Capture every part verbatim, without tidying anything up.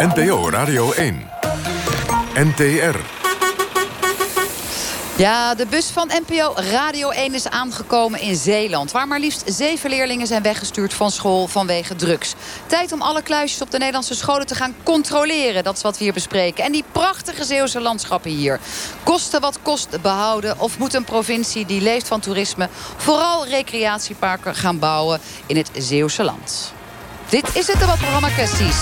N P O Radio één. N T R. Ja, de bus van N P O Radio één is aangekomen in Zeeland, waar maar liefst zeven leerlingen zijn weggestuurd van school vanwege drugs. Tijd om alle kluisjes op de Nederlandse scholen te gaan controleren. Dat is wat we hier bespreken. En die prachtige Zeeuwse landschappen hier. Kosten wat kost behouden, of moet een provincie die leeft van toerisme vooral recreatieparken gaan bouwen in het Zeeuwse land? Dit is het debatprogramma Kwesties.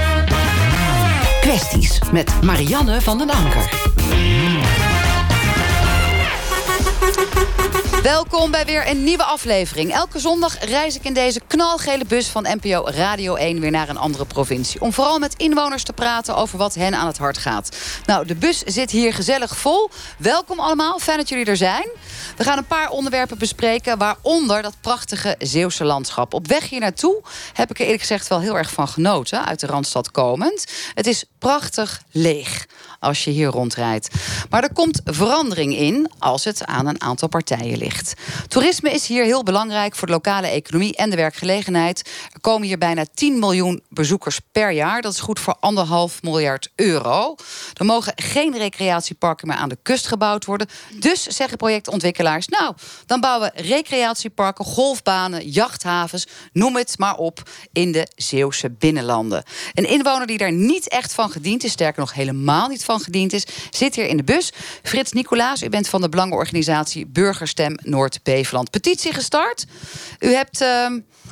Kwesties met Marianne van den Anker. Welkom bij weer een nieuwe aflevering. Elke zondag reis ik in deze knalgele bus van N P O Radio één weer naar een andere provincie. Om vooral met inwoners te praten over wat hen aan het hart gaat. Nou, de bus zit hier gezellig vol. Welkom allemaal, fijn dat jullie er zijn. We gaan een paar onderwerpen bespreken, waaronder dat prachtige Zeeuwse landschap. Op weg hier naartoe heb ik er eerlijk gezegd wel heel erg van genoten, uit de Randstad komend. Het is prachtig leeg als je hier rondrijdt. Maar er komt verandering in als het aan een aantal partijen ligt. Toerisme is hier heel belangrijk voor de lokale economie en de werkgelegenheid. Er komen hier bijna tien miljoen bezoekers per jaar. Dat is goed voor anderhalf miljard euro. Er mogen geen recreatieparken meer aan de kust gebouwd worden. Dus zeggen projectontwikkelaars, nou, dan bouwen we recreatieparken, golfbanen, jachthavens, noem het maar op, in de Zeeuwse binnenlanden. Een inwoner die daar niet echt van gediend is, sterker nog helemaal niet van gediend is, zit hier in de bus. Frits Nicolaas, u bent van de belangenorganisatie Burgerstem Noord-Beveland. Petitie gestart. U hebt uh,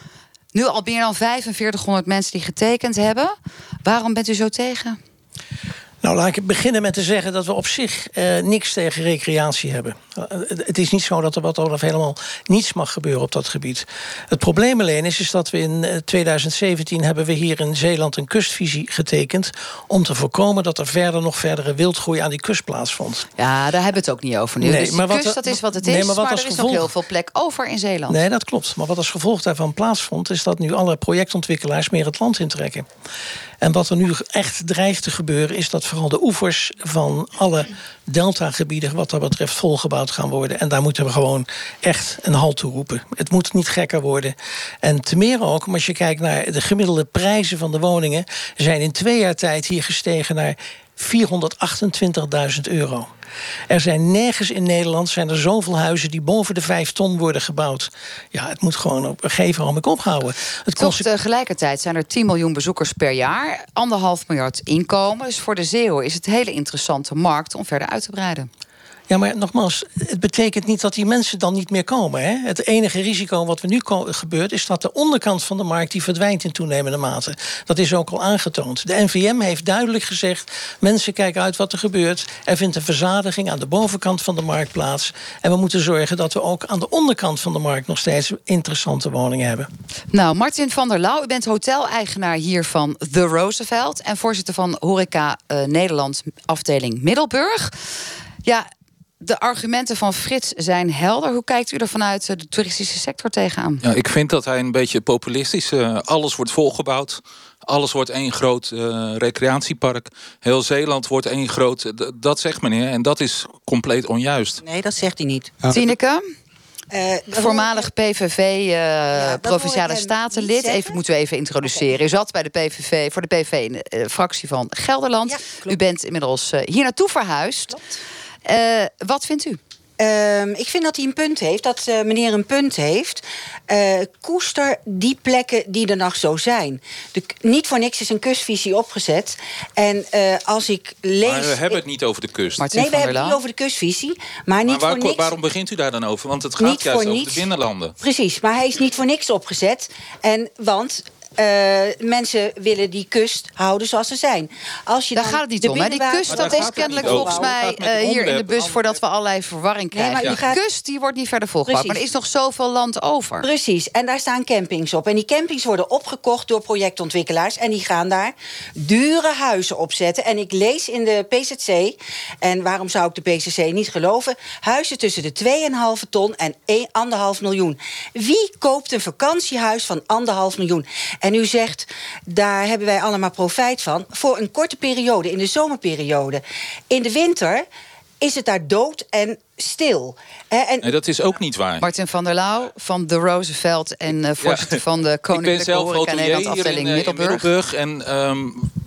nu al meer dan vijfenveertighonderd mensen die getekend hebben. Waarom bent u zo tegen? Nou, laat ik beginnen met te zeggen dat we op zich uh, niks tegen recreatie hebben. Uh, het is niet zo dat er wat of helemaal niets mag gebeuren op dat gebied. Het probleem alleen is, is dat we in uh, tweeduizend zeventien hebben we hier in Zeeland een kustvisie getekend om te voorkomen dat er verder nog verdere wildgroei aan die kust plaatsvond. Ja, daar hebben we het ook niet over nu. Nee, dus maar die wat, kust, dat is wat het nee, is, maar, wat maar als er is gevolg, nog heel veel plek over in Zeeland. Nee, dat klopt. Maar wat als gevolg daarvan plaatsvond, is dat nu alle projectontwikkelaars meer het land intrekken. En wat er nu echt dreigt te gebeuren, is dat vooral de oevers van alle deltagebieden wat dat betreft volgebouwd gaan worden. En daar moeten we gewoon echt een halt toe roepen. Het moet niet gekker worden. En te meer ook, maar als je kijkt naar de gemiddelde prijzen van de woningen, zijn in twee jaar tijd hier gestegen naar vierhonderdachtentwintigduizend euro. Er zijn nergens in Nederland zijn er zoveel huizen die boven de vijf ton worden gebouwd. Ja, het moet gewoon op een gegeven moment ophouden. Het Toch tegelijkertijd zijn er tien miljoen bezoekers per jaar, anderhalf miljard inkomen. Dus voor de Zeeuwen is het een hele interessante markt om verder uit te breiden. Ja, maar nogmaals, het betekent niet dat die mensen dan niet meer komen. Hè? Het enige risico wat er nu gebeurt, is dat de onderkant van de markt die verdwijnt in toenemende mate. Dat is ook al aangetoond. De N V M heeft duidelijk gezegd, mensen kijken uit wat er gebeurt. Er vindt een verzadiging aan de bovenkant van de markt plaats. En we moeten zorgen dat we ook aan de onderkant van de markt nog steeds interessante woningen hebben. Nou, Martin van der Lauw, u bent hoteleigenaar hier van The Roosevelt en voorzitter van Horeca uh, Nederland afdeling Middelburg. Ja, de argumenten van Frits zijn helder. Hoe kijkt u er vanuit de toeristische sector tegenaan? Ja, ik vind dat hij een beetje populistisch is. Uh, alles wordt volgebouwd. Alles wordt één groot uh, recreatiepark. Heel Zeeland wordt één groot... D- dat zegt meneer. En dat is compleet onjuist. Nee, dat zegt hij niet. Ja. Tineke? Uh, Voormalig P V V, uh, ja, Provinciale Statenlid. Even moeten we even introduceren. Okay. U zat bij de P V V, voor de P V V in de uh, fractie van Gelderland. Ja, u bent inmiddels uh, hier naartoe verhuisd. Uh, wat vindt u? Uh, ik vind dat hij een punt heeft, dat uh, meneer een punt heeft. Uh, koester die plekken die er nog zo zijn. De, niet voor niks is een kustvisie opgezet. En uh, als ik lees... Maar we hebben het niet over de kust. Martin nee, we hebben het niet over de kustvisie. Maar, niet maar waar, voor niks... waarom begint u daar dan over? Want het gaat niet juist over niets. de binnenlanden. Precies, maar hij is niet voor niks opgezet. En, want... Uh, mensen willen die kust houden zoals ze zijn. Als je daar dan gaat het niet om. Hè? Die kust, dat is kennelijk volgens mij uh, hier in de bus voordat we allerlei verwarring krijgen. Nee, maar die gaat... kust die wordt niet verder volgebouwd. Maar er is nog zoveel land over. Precies, en daar staan campings op. En die campings worden opgekocht door projectontwikkelaars. En die gaan daar dure huizen opzetten. En ik lees in de P Z C, en waarom zou ik de P Z C niet geloven, huizen tussen de twee komma vijf ton en anderhalf miljoen. Wie koopt een vakantiehuis van anderhalf miljoen? En u zegt, daar hebben wij allemaal profijt van. Voor een korte periode, in de zomerperiode. In de winter is het daar dood en stil. En nee, dat is ook niet waar. Martin van der Lauw van The Roosevelt en uh, voorzitter ja. van de Koninklijke Horeca Nederland afdeling in, Middelburg. in Middelburg. En um,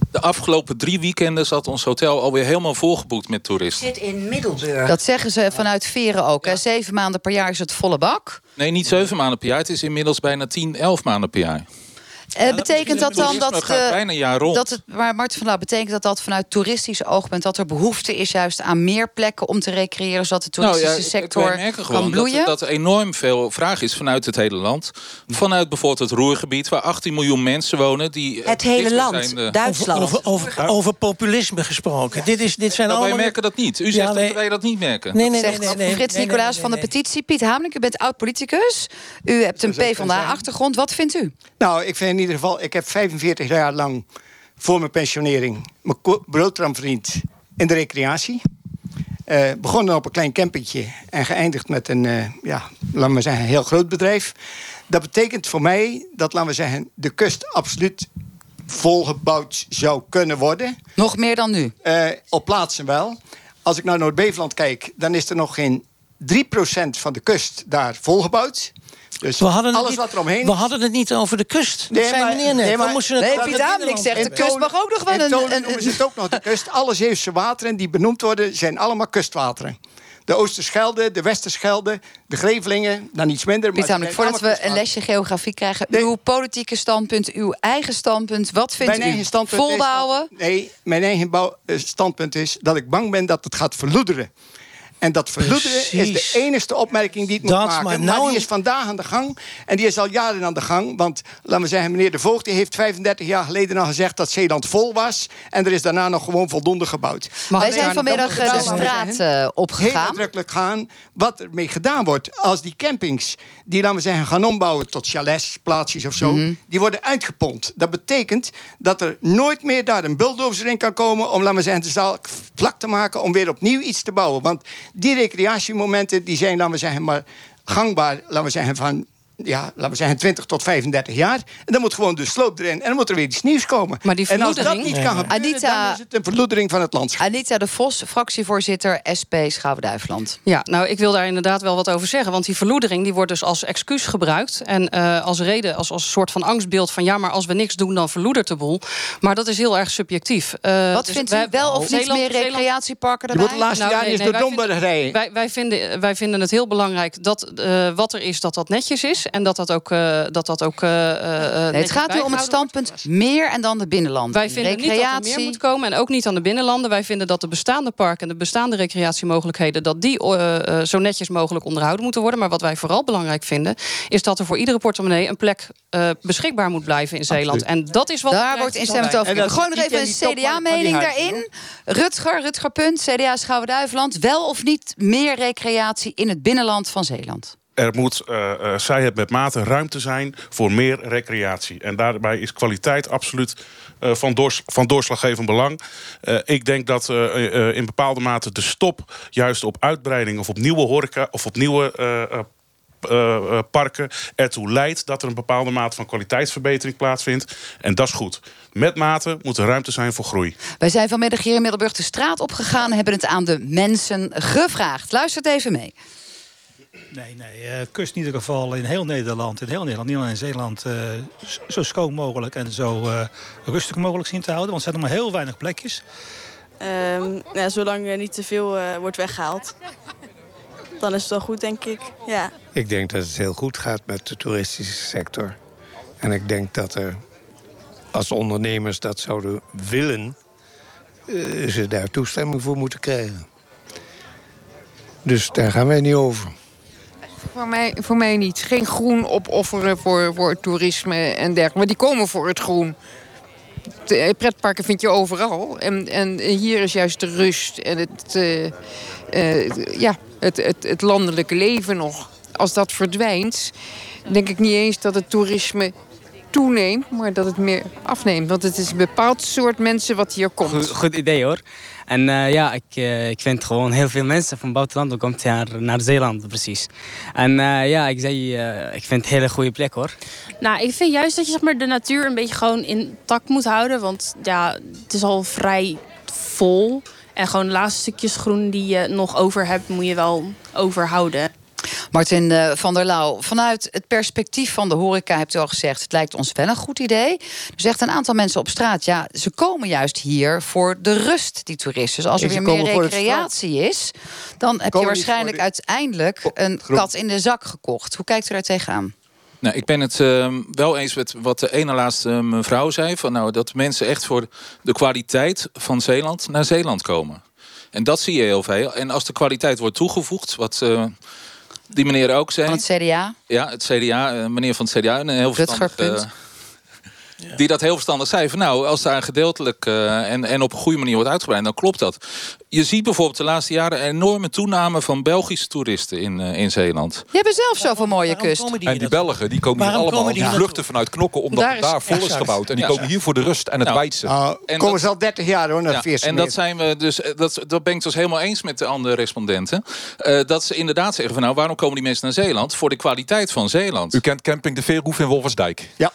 De afgelopen drie weekenden zat ons hotel alweer helemaal volgeboekt met toeristen. Zit in Middelburg. Dat zeggen ze vanuit Veren ook. Hè? Zeven maanden per jaar is het volle bak. Nee, niet zeven maanden per jaar. Het is inmiddels bijna tien, elf maanden per jaar. Uh, betekent dat dan dat Het gaat bijna een jaar rond. Dat het, maar Marten van Lauw, betekent dat dat vanuit toeristisch oogpunt dat er behoefte is juist aan meer plekken om te recreëren, zodat de toeristische nou ja, sector wij merken gewoon kan bloeien? Dat, dat er enorm veel vraag is vanuit het hele land. Vanuit bijvoorbeeld het Roergebied, waar achttien miljoen mensen wonen. Die het hele land, zijn, uh, Duitsland. Over, over, over, over populisme gesproken. Ja. Dit, is, dit zijn nou, allemaal... Wij merken dat niet. U zegt ja, nee. dat wij dat niet merken. Nee, nee, zegt nee, nee, nee, Frits nee, Nicolaas nee, nee, van de nee. petitie. Piet Hamelink, u bent oud-politicus. U hebt een PvdA-achtergrond. Wat vindt u? Nou, ik vind in ieder geval... Ik heb vijfenveertig jaar lang voor mijn pensionering... mijn broodtramvriend in de recreatie. Uh, begonnen op een klein campingtje en geëindigd met een, uh, ja, laten we zeggen, een heel groot bedrijf. Dat betekent voor mij dat, laten we zeggen, de kust absoluut volgebouwd zou kunnen worden. Nog meer dan nu? Uh, op plaatsen wel. Als ik naar Noord-Beveland kijk, dan is er nog geen drie procent van de kust daar volgebouwd. Dus we hadden alles niet, wat eromheen... We hadden het niet over de kust. Dat nee, zei maar, meneer net. Nee, maar, we moesten het nee Piet Hamelink zegt, de kust mag ook nog wel een... Tolen een, noemen ze het ook nog de kust. Alle Zeeuwse wateren die benoemd worden, zijn allemaal kustwateren. De Oosterschelde, de Westerschelde, de Grevelingen, dan iets minder. Piet Hamelink, voordat we een lesje geografie krijgen... Nee. Uw politieke standpunt, uw eigen standpunt, wat vindt mijn u? Eigen standpunt Volbouwen? Is dat, nee, mijn eigen bouw, standpunt is dat ik bang ben dat het gaat verloederen. En dat verloederen Precies. is de enige opmerking die het moet dat, maken. Maar, nou... maar die is vandaag aan de gang. En die is al jaren aan de gang. Want, laten we zeggen, meneer De Voogd... die heeft vijfendertig jaar geleden al gezegd dat Zeeland vol was. En er is daarna nog gewoon voldoende gebouwd. Maar wij zijn vanmiddag de straat uh, opgegaan. Heel nadrukkelijk gaan wat er mee gedaan wordt. Als die campings, die, laten we zeggen, gaan ombouwen tot chalets, plaatsjes of zo... Mm-hmm. die worden uitgepompt. Dat betekent dat er nooit meer daar een bulldozer in kan komen... om, laten we zeggen, de zaal vlak te maken... om weer opnieuw iets te bouwen. Want die recreatiemomenten die zijn, laten we zeggen, maar gangbaar, laten we zeggen, van ja, laten we zeggen twintig tot vijfendertig jaar. En dan moet gewoon de sloop erin en dan moet er weer iets nieuws komen. Maar die en als dat niet nee. kan gebeuren, Anita, dan is het een verloedering van het landschap. Anita de Vos, fractievoorzitter S P Schouwen-Duiveland. Ja, nou, ik wil daar inderdaad wel wat over zeggen. Want die verloedering die wordt dus als excuus gebruikt. En uh, als reden, als, als soort van angstbeeld van... ja, maar als we niks doen, dan verloedert de boel. Maar dat is heel erg subjectief. Uh, wat dus vindt wij, u wel of Zeeland, niet meer recreatieparken erbij? Je moet de laatste nou, jaren nee, eens nee, door Domburg rijden. Wij, wij, vinden, wij vinden het heel belangrijk dat uh, wat er is, dat dat netjes is. En dat dat ook... Uh, dat dat ook uh, uh, nee, het gaat nu om het standpunt wordt. meer en dan de binnenlanden. Wij vinden Recreatie. niet dat er meer moet komen en ook niet aan de binnenlanden. Wij vinden dat de bestaande parken en de bestaande recreatiemogelijkheden... dat die uh, uh, zo netjes mogelijk onderhouden moeten worden. Maar wat wij vooral belangrijk vinden... is dat er voor iedere portemonnee een plek uh, beschikbaar moet blijven in Zeeland. Absoluut. En dat is wat... Daar wordt instemmend over. We gooien nog even een C D A-mening daarin. Rutger, Rutger Punt, C D A Schouwen-Duiveland. Wel of niet meer recreatie in het binnenland van Zeeland? Er moet, uh, uh, zij het met mate, ruimte zijn voor meer recreatie. En daarbij is kwaliteit absoluut uh, van, doors, van doorslaggevend belang. Uh, ik denk dat uh, uh, in bepaalde mate de stop juist op uitbreiding... of op nieuwe horeca of op nieuwe uh, uh, uh, parken ertoe leidt... dat er een bepaalde mate van kwaliteitsverbetering plaatsvindt. En dat is goed. Met mate moet er ruimte zijn voor groei. Wij zijn vanmiddag hier in Middelburg de straat opgegaan... en hebben het aan de mensen gevraagd. Luistert even mee. Nee, nee. Uh, kust in ieder geval in heel Nederland, in heel Nederland, niet alleen in Zeeland, uh, zo schoon mogelijk en zo uh, rustig mogelijk zien te houden. Want er zijn nog maar heel weinig plekjes. Um, ja, zolang er niet te veel uh, wordt weggehaald, dan is het wel goed, denk ik. Ja. Ik denk dat het heel goed gaat met de toeristische sector. En ik denk dat er, als ondernemers dat zouden willen, uh, ze daar toestemming voor moeten krijgen. Dus daar gaan wij niet over. Voor mij, voor mij niet. Geen groen opofferen voor, voor het toerisme en dergelijke. Maar die komen voor het groen. De pretparken vind je overal. En, en hier is juist de rust en het, uh, uh, ja, het, het, het landelijke leven nog. Als dat verdwijnt, denk ik niet eens dat het toerisme toeneemt, maar dat het meer afneemt. Want het is een bepaald soort mensen wat hier komt. Goed, goed idee hoor. En uh, ja, ik, uh, ik vind gewoon heel veel mensen van buitenland komen naar, naar Zeeland precies. En uh, ja, ik zei, uh, ik vind het een hele goede plek hoor. Nou, ik vind juist dat je zeg maar, de natuur een beetje gewoon intact moet houden. Want ja, het is al vrij vol. En gewoon de laatste stukjes groen die je nog over hebt, moet je wel overhouden. Martin uh, van der Lauw, vanuit het perspectief van de horeca hebt u al gezegd, het lijkt ons wel een goed idee. Er zegt een aantal mensen op straat, ja, ze komen juist hier voor de rust, die toeristen. Dus als er weer meer recreatie is, dan heb je waarschijnlijk de... uiteindelijk een kat in de zak gekocht. Hoe kijkt u daar tegenaan? Nou, ik ben het uh, wel eens met wat de ene laatste mevrouw zei, van nou, dat mensen echt voor de kwaliteit van Zeeland naar Zeeland komen. En dat zie je heel veel. En als de kwaliteit wordt toegevoegd, wat uh, die meneer ook zei. Van het C D A? Ja, het C D A, uh, meneer van het C D A. Een heel verstandig, uh, ja. Die dat heel verstandig zei. Van nou, als daar gedeeltelijk uh, en, en op een goede manier wordt uitgebreid, dan klopt dat. Je ziet bijvoorbeeld de laatste jaren een enorme toename van Belgische toeristen in, uh, in Zeeland. Die hebben zelf zoveel mooie kust. Die en die Belgen die komen hier allemaal, die, die vluchten vanuit Knokken, omdat daar, daar vol is gebouwd. En die ja. komen hier voor de rust en het nou, Weidse. Nou, en komen dat, ze al dertig jaar hoor, naar ja, en dat zijn we dus, dat, dat ben ik dus helemaal eens met de andere respondenten. Uh, dat ze inderdaad zeggen van nou, waarom komen die mensen naar Zeeland? Voor de kwaliteit van Zeeland. U kent camping De Veerhoef in Wolversdijk. Ja.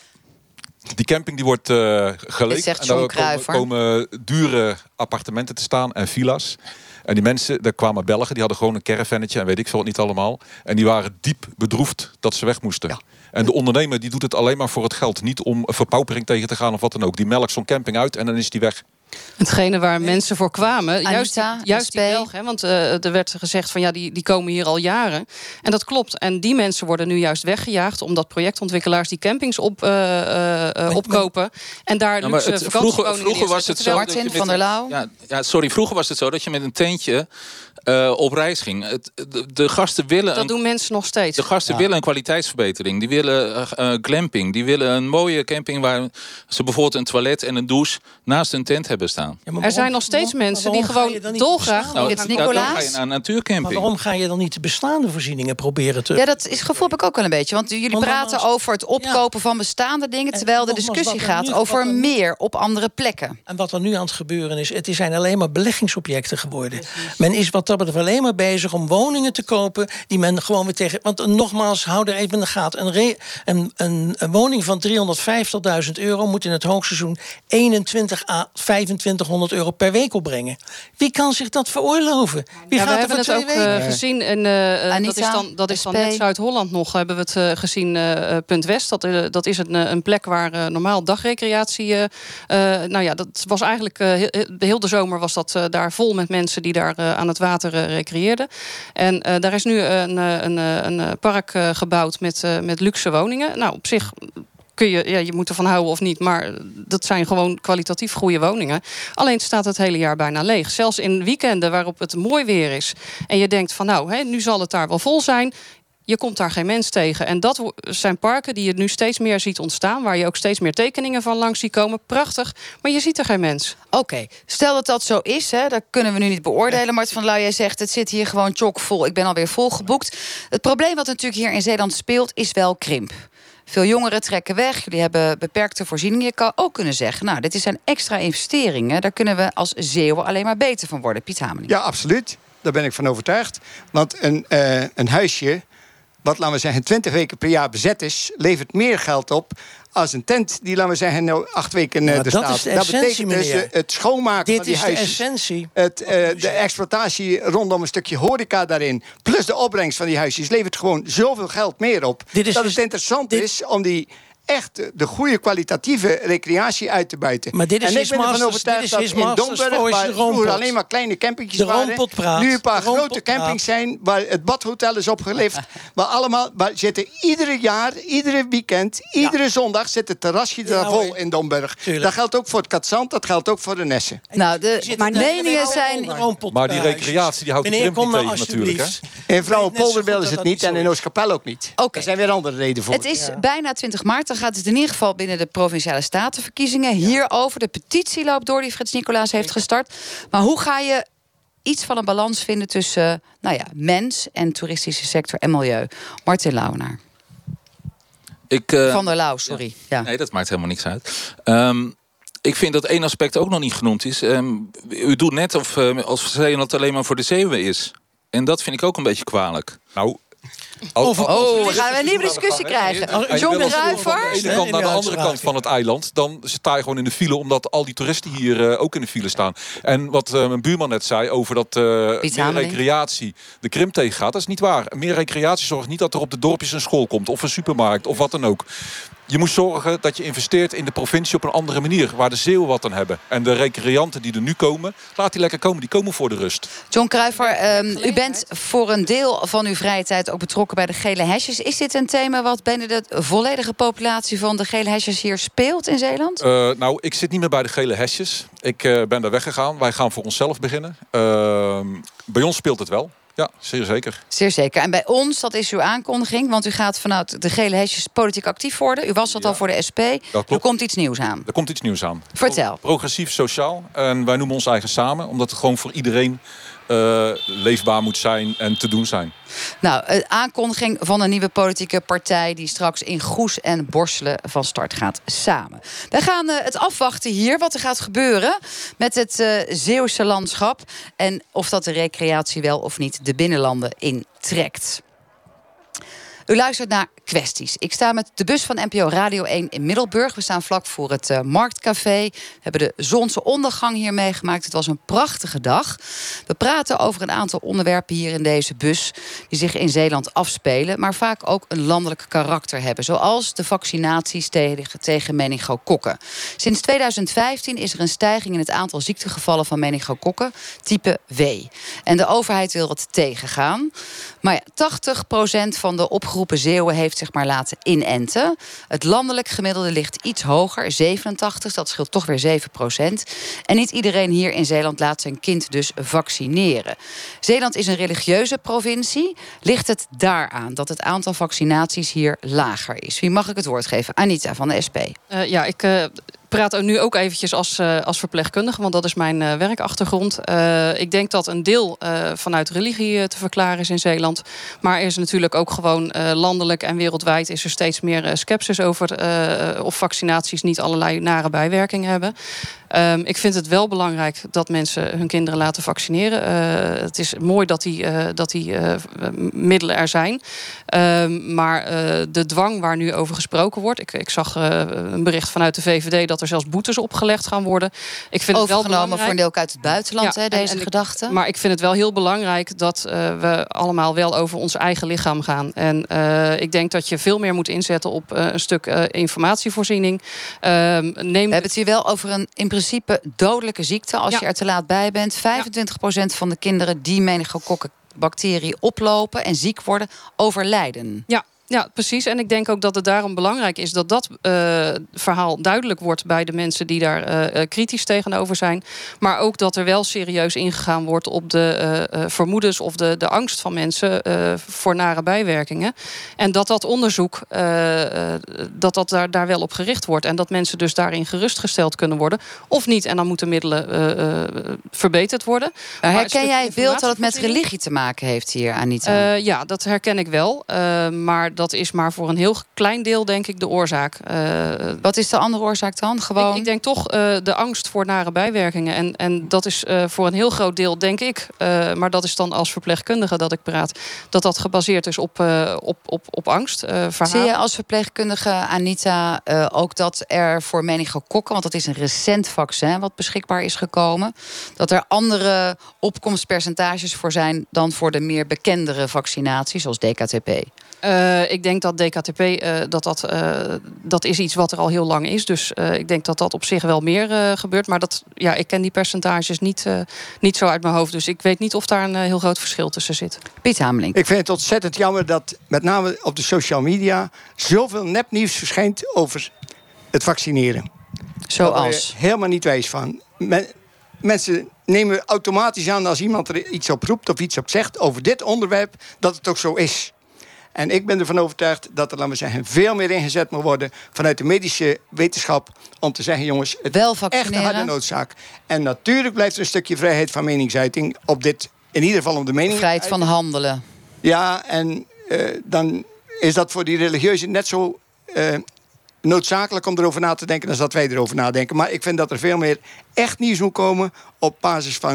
Die camping die wordt uh, geleegd. En daar komen, komen dure appartementen te staan en villa's. En die mensen, daar kwamen Belgen, die hadden gewoon een caravannetje en weet ik veel wat niet allemaal. En die waren diep bedroefd dat ze weg moesten. Ja. En de ondernemer die doet het alleen maar voor het geld. Niet om verpaupering tegen te gaan of wat dan ook. Die melkt zo'n camping uit en dan is die weg. Hetgene waar mensen voor kwamen, Anita, juist die, juist die Belgen. Want uh, er werd gezegd van ja, die, die komen hier al jaren. En dat klopt. En die mensen worden nu juist weggejaagd, omdat projectontwikkelaars die campings op, uh, uh, opkopen. En daar ja, luxe het, vroeger, vroeger was het zo. Martin van der Lauw. Ja, ja, sorry, vroeger was het zo dat je met een tentje Uh, op reis ging. Het, de, de gasten willen... Dat een, doen mensen nog steeds. De gasten ja. willen een kwaliteitsverbetering. Die willen uh, uh, glamping. Die willen een mooie camping waar ze bijvoorbeeld een toilet en een douche naast hun tent hebben staan. Ja, er zijn nog steeds waarom, mensen die gewoon dolgraag... Nou, het Nicolaas. Dan ga je naar een natuurcamping. Maar waarom ga je dan niet de bestaande voorzieningen proberen te... Ja, dat is gevoel heb ik ook wel een beetje. Want jullie want praten als... over het opkopen ja. van bestaande dingen, terwijl de discussie gaat nu, over nu... meer op andere plekken. En wat er nu aan het gebeuren is, het zijn alleen maar beleggingsobjecten geworden. Men is wat dat betreft alleen maar bezig om woningen te kopen die men gewoon weer tegen... Want nogmaals, hou er even in de gaten. Een, re, een, een, een woning van driehonderdvijftigduizend euro moet in het hoogseizoen eenentwintig à vijfentwintighonderd euro per week opbrengen. Wie kan zich dat veroorloven? Wie ja, gaat we er hebben het ook uh, gezien. En, uh, Anita, dat is dan, dat is dan net Zuid-Holland nog. Hebben we het uh, gezien, uh, Punt West. Dat, uh, dat is een, een plek waar uh, normaal dagrecreatie... Uh, uh, nou ja, dat was eigenlijk... Uh, heel, heel de zomer was dat uh, daar vol met mensen die daar uh, aan het water uh, recreëerden. En uh, daar is nu een, een, een, een park uh, gebouwd met, uh, met luxe woningen. Nou, op zich... kun je, ja, je moet ervan houden of niet, maar dat zijn gewoon kwalitatief goede woningen. Alleen staat het hele jaar bijna leeg. Zelfs in weekenden waarop het mooi weer is en je denkt van nou, hè, nu zal het daar wel vol zijn. Je komt daar geen mens tegen. En dat zijn parken die je nu steeds meer ziet ontstaan, waar je ook steeds meer tekeningen van langs ziet komen. Prachtig, maar je ziet er geen mens. Oké, okay. Stel dat dat zo is, hè, dat kunnen we nu niet beoordelen. Martin van der Lauw, jij zegt, het zit hier gewoon chockvol. Ik ben alweer volgeboekt. Het probleem wat natuurlijk hier in Zeeland speelt, is wel krimp. Veel jongeren trekken weg. Jullie hebben beperkte voorzieningen. Je kan ook kunnen zeggen, nou, dit zijn extra investeringen. Daar kunnen we als Zeeuwen alleen maar beter van worden. Piet Hameling. Ja, absoluut. Daar ben ik van overtuigd. Want een, uh, een huisje, wat laten we zeggen twintig weken per jaar bezet is, levert meer geld op als een tent die, laten we zeggen, nou acht weken uh, ja, er dat staat. is de dat betekent dus uh, het schoonmaken Dit van die is huisjes. De essentie. Het, uh, de exploitatie rondom een stukje horeca daarin, plus de opbrengst van die huisjes, levert gewoon zoveel geld meer op. Dit is dat dus, het interessant dit, is om die echt de goede kwalitatieve recreatie uit te buiten. Maar dit is en ik ben ervan masters, overtuigd dat in Domburg, waar vroeger alleen maar kleine campingjes waren, nu een paar grote campings zijn, waar het badhotel is opgelift, waar allemaal, waar zitten iedere jaar, iedere weekend, iedere ja. zondag zit het terrasje ja, daar vol in Domburg. Tuurlijk. Dat geldt ook voor het Katzand, dat geldt ook voor de Nessen. Nou, de maar meningen zijn... Maar die recreatie die houdt de krimp niet tegen natuurlijk. Hè? In Vrouwenpolderbeeld is het niet en in Oostkapelle ook niet. Okay. Er zijn weer andere redenen voor. Het is ja. bijna twintig maart. Dan gaat het in ieder geval binnen de Provinciale Statenverkiezingen hierover. De petitie loopt door die Frits Nicolaas heeft gestart. Maar hoe ga je iets van een balans vinden tussen uh, nou ja, mens en toeristische sector en milieu? Martin Lauwenaar. Ik, uh, Van der Lauw, sorry. Ja. Ja. Nee, dat maakt helemaal niks uit. Um, ik vind dat één aspect ook nog niet genoemd is. Um, u doet net of uh, als Zeeland alleen maar voor de Zeeuwen is. En dat vind ik ook een beetje kwalijk. Nou, Oh, oh, oh, gaan we een nieuwe discussie krijgen. John Cruijffers. Van de ene kant naar de andere kant van het eiland. Dan sta je gewoon in de file, omdat al die toeristen hier uh, ook in de file staan. En wat uh, mijn buurman net zei over dat uh, meer recreatie de krimp tegengaat, dat is niet waar. Meer recreatie zorgt niet dat er op de dorpjes een school komt of een supermarkt of wat dan ook. Je moet zorgen dat je investeert in de provincie op een andere manier, waar de Zeeuwen wat aan hebben. En de recreanten die er nu komen, laat die lekker komen. Die komen voor de rust. John Cruijffers, um, u bent voor een deel van uw vrije tijd ook betrokken bij de gele hesjes. Is dit een thema wat binnen de volledige populatie van de gele hesjes hier speelt in Zeeland? Uh, nou, ik zit niet meer bij de gele hesjes. Ik uh, ben daar weggegaan. Wij gaan voor onszelf beginnen. Uh, bij ons speelt het wel. Ja, zeer zeker. Zeer zeker. En bij ons, dat is uw aankondiging, want u gaat vanuit de gele hesjes politiek actief worden. U was dat ja. al voor de S P. Er komt iets nieuws aan. Er komt iets nieuws aan. Vertel. Pro- progressief sociaal. En wij noemen ons eigen samen, omdat het gewoon voor iedereen uh, leefbaar moet zijn en te doen zijn. Nou, de aankondiging van een nieuwe politieke partij die straks in Goes en Borselen van start gaat samen. Wij gaan uh, het afwachten hier, wat er gaat gebeuren met het uh, Zeeuwse landschap. En of dat de recreatie wel of niet de binnenlanden intrekt. U luistert naar Kwesties. Ik sta met de bus van N P O Radio één in Middelburg. We staan vlak voor het uh, Marktcafé. We hebben de zonsondergang hier meegemaakt. Het was een prachtige dag. We praten over een aantal onderwerpen hier in deze bus die zich in Zeeland afspelen, maar vaak ook een landelijk karakter hebben. Zoals de vaccinaties tegen, tegen meningokokken. Sinds tweeduizend vijftien is er een stijging in het aantal ziektegevallen van meningokokken type W. En de overheid wil het tegengaan. Maar ja, tachtig procent van de opgeroepen Zeeuwen heeft zich maar laten inenten. Het landelijk gemiddelde ligt iets hoger, zevenentachtig. Dat scheelt toch weer zeven procent. En niet iedereen hier in Zeeland laat zijn kind dus vaccineren. Zeeland is een religieuze provincie. Ligt het daaraan dat het aantal vaccinaties hier lager is? Wie mag ik het woord geven? Anita van de S P. Uh, ja, ik... Uh... Ik praat nu ook eventjes als, uh, als verpleegkundige, want dat is mijn uh, werkachtergrond. Uh, ik denk dat een deel uh, vanuit religie uh, te verklaren is in Zeeland. Maar er is natuurlijk ook gewoon uh, landelijk en wereldwijd is er steeds meer uh, scepsis over uh, of vaccinaties niet allerlei nare bijwerkingen hebben. Um, ik vind het wel belangrijk dat mensen hun kinderen laten vaccineren. Uh, het is mooi dat die, uh, dat die uh, middelen er zijn. Um, maar uh, de dwang waar nu over gesproken wordt. Ik, ik zag uh, een bericht vanuit de V V D dat er zelfs boetes opgelegd gaan worden. Ik vind het wel belangrijk voor een deel ook uit het buitenland, ja, hè, deze en, en gedachte. Maar ik vind het wel heel belangrijk dat uh, we allemaal wel over ons eigen lichaam gaan. En uh, ik denk dat je veel meer moet inzetten op uh, een stuk uh, informatievoorziening. Uh, neem... We hebben het hier wel over een in principe dodelijke ziekte als ja. je er te laat bij bent. vijfentwintig procent van de kinderen die meningokokkenbacterie oplopen en ziek worden, overlijden. Ja. Ja, precies. En ik denk ook dat het daarom belangrijk is dat dat uh, verhaal duidelijk wordt bij de mensen die daar uh, kritisch tegenover zijn. Maar ook dat er wel serieus ingegaan wordt op de uh, vermoedens of de, de angst van mensen uh, voor nare bijwerkingen. En dat dat onderzoek uh, dat dat daar, daar wel op gericht wordt. En dat mensen dus daarin gerustgesteld kunnen worden. Of niet. En dan moeten middelen uh, uh, verbeterd worden. Maar herken jij het beeld dat het met religie te maken heeft hier, Anita? Uh, ja, dat herken ik wel. Uh, maar dat is maar voor een heel klein deel, denk ik, de oorzaak. Uh, Wat is de andere oorzaak dan? Gewoon... Ik, ik denk toch uh, de angst voor nare bijwerkingen. En, en dat is uh, voor een heel groot deel, denk ik, uh, maar dat is dan als verpleegkundige dat ik praat, dat dat gebaseerd is op, uh, op, op, op angst. Uh, Zie je als verpleegkundige, Anita, uh, ook dat er voor meningokokken, want dat is een recent vaccin wat beschikbaar is gekomen, dat er andere opkomstpercentages voor zijn dan voor de meer bekendere vaccinaties, zoals D K T P? Uh, ik denk dat D K T P, uh, dat, dat, uh, dat is iets wat er al heel lang is. Dus uh, ik denk dat dat op zich wel meer uh, gebeurt. Maar dat, ja, ik ken die percentages niet, uh, niet zo uit mijn hoofd. Dus ik weet niet of daar een uh, heel groot verschil tussen zit. Piet Hameling. Ik vind het ontzettend jammer dat met name op de social media zoveel nepnieuws verschijnt over het vaccineren. Zoals? Daar ben je helemaal niet wijs van. Men, mensen nemen automatisch aan als iemand er iets op roept of iets op zegt over dit onderwerp, dat het ook zo is. En ik ben ervan overtuigd dat er, laten we zeggen, veel meer ingezet moet worden vanuit de medische wetenschap om te zeggen, jongens, het wel is echt een harde noodzaak. En natuurlijk blijft er een stukje vrijheid van meningsuiting op dit, in ieder geval om de mening. Vrijheid van handelen. Ja, en uh, dan is dat voor die religieuzen net zo uh, noodzakelijk om erover na te denken als dat wij erover nadenken. Maar ik vind dat er veel meer echt nieuws moet komen op basis van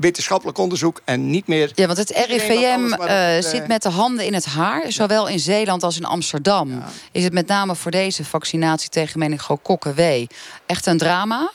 wetenschappelijk onderzoek en niet meer... Ja, want het R I V M uh, het, uh... zit met de handen in het haar. Zowel in Zeeland als in Amsterdam. Ja. Is het met name voor deze vaccinatie tegen meningokokken W echt een drama.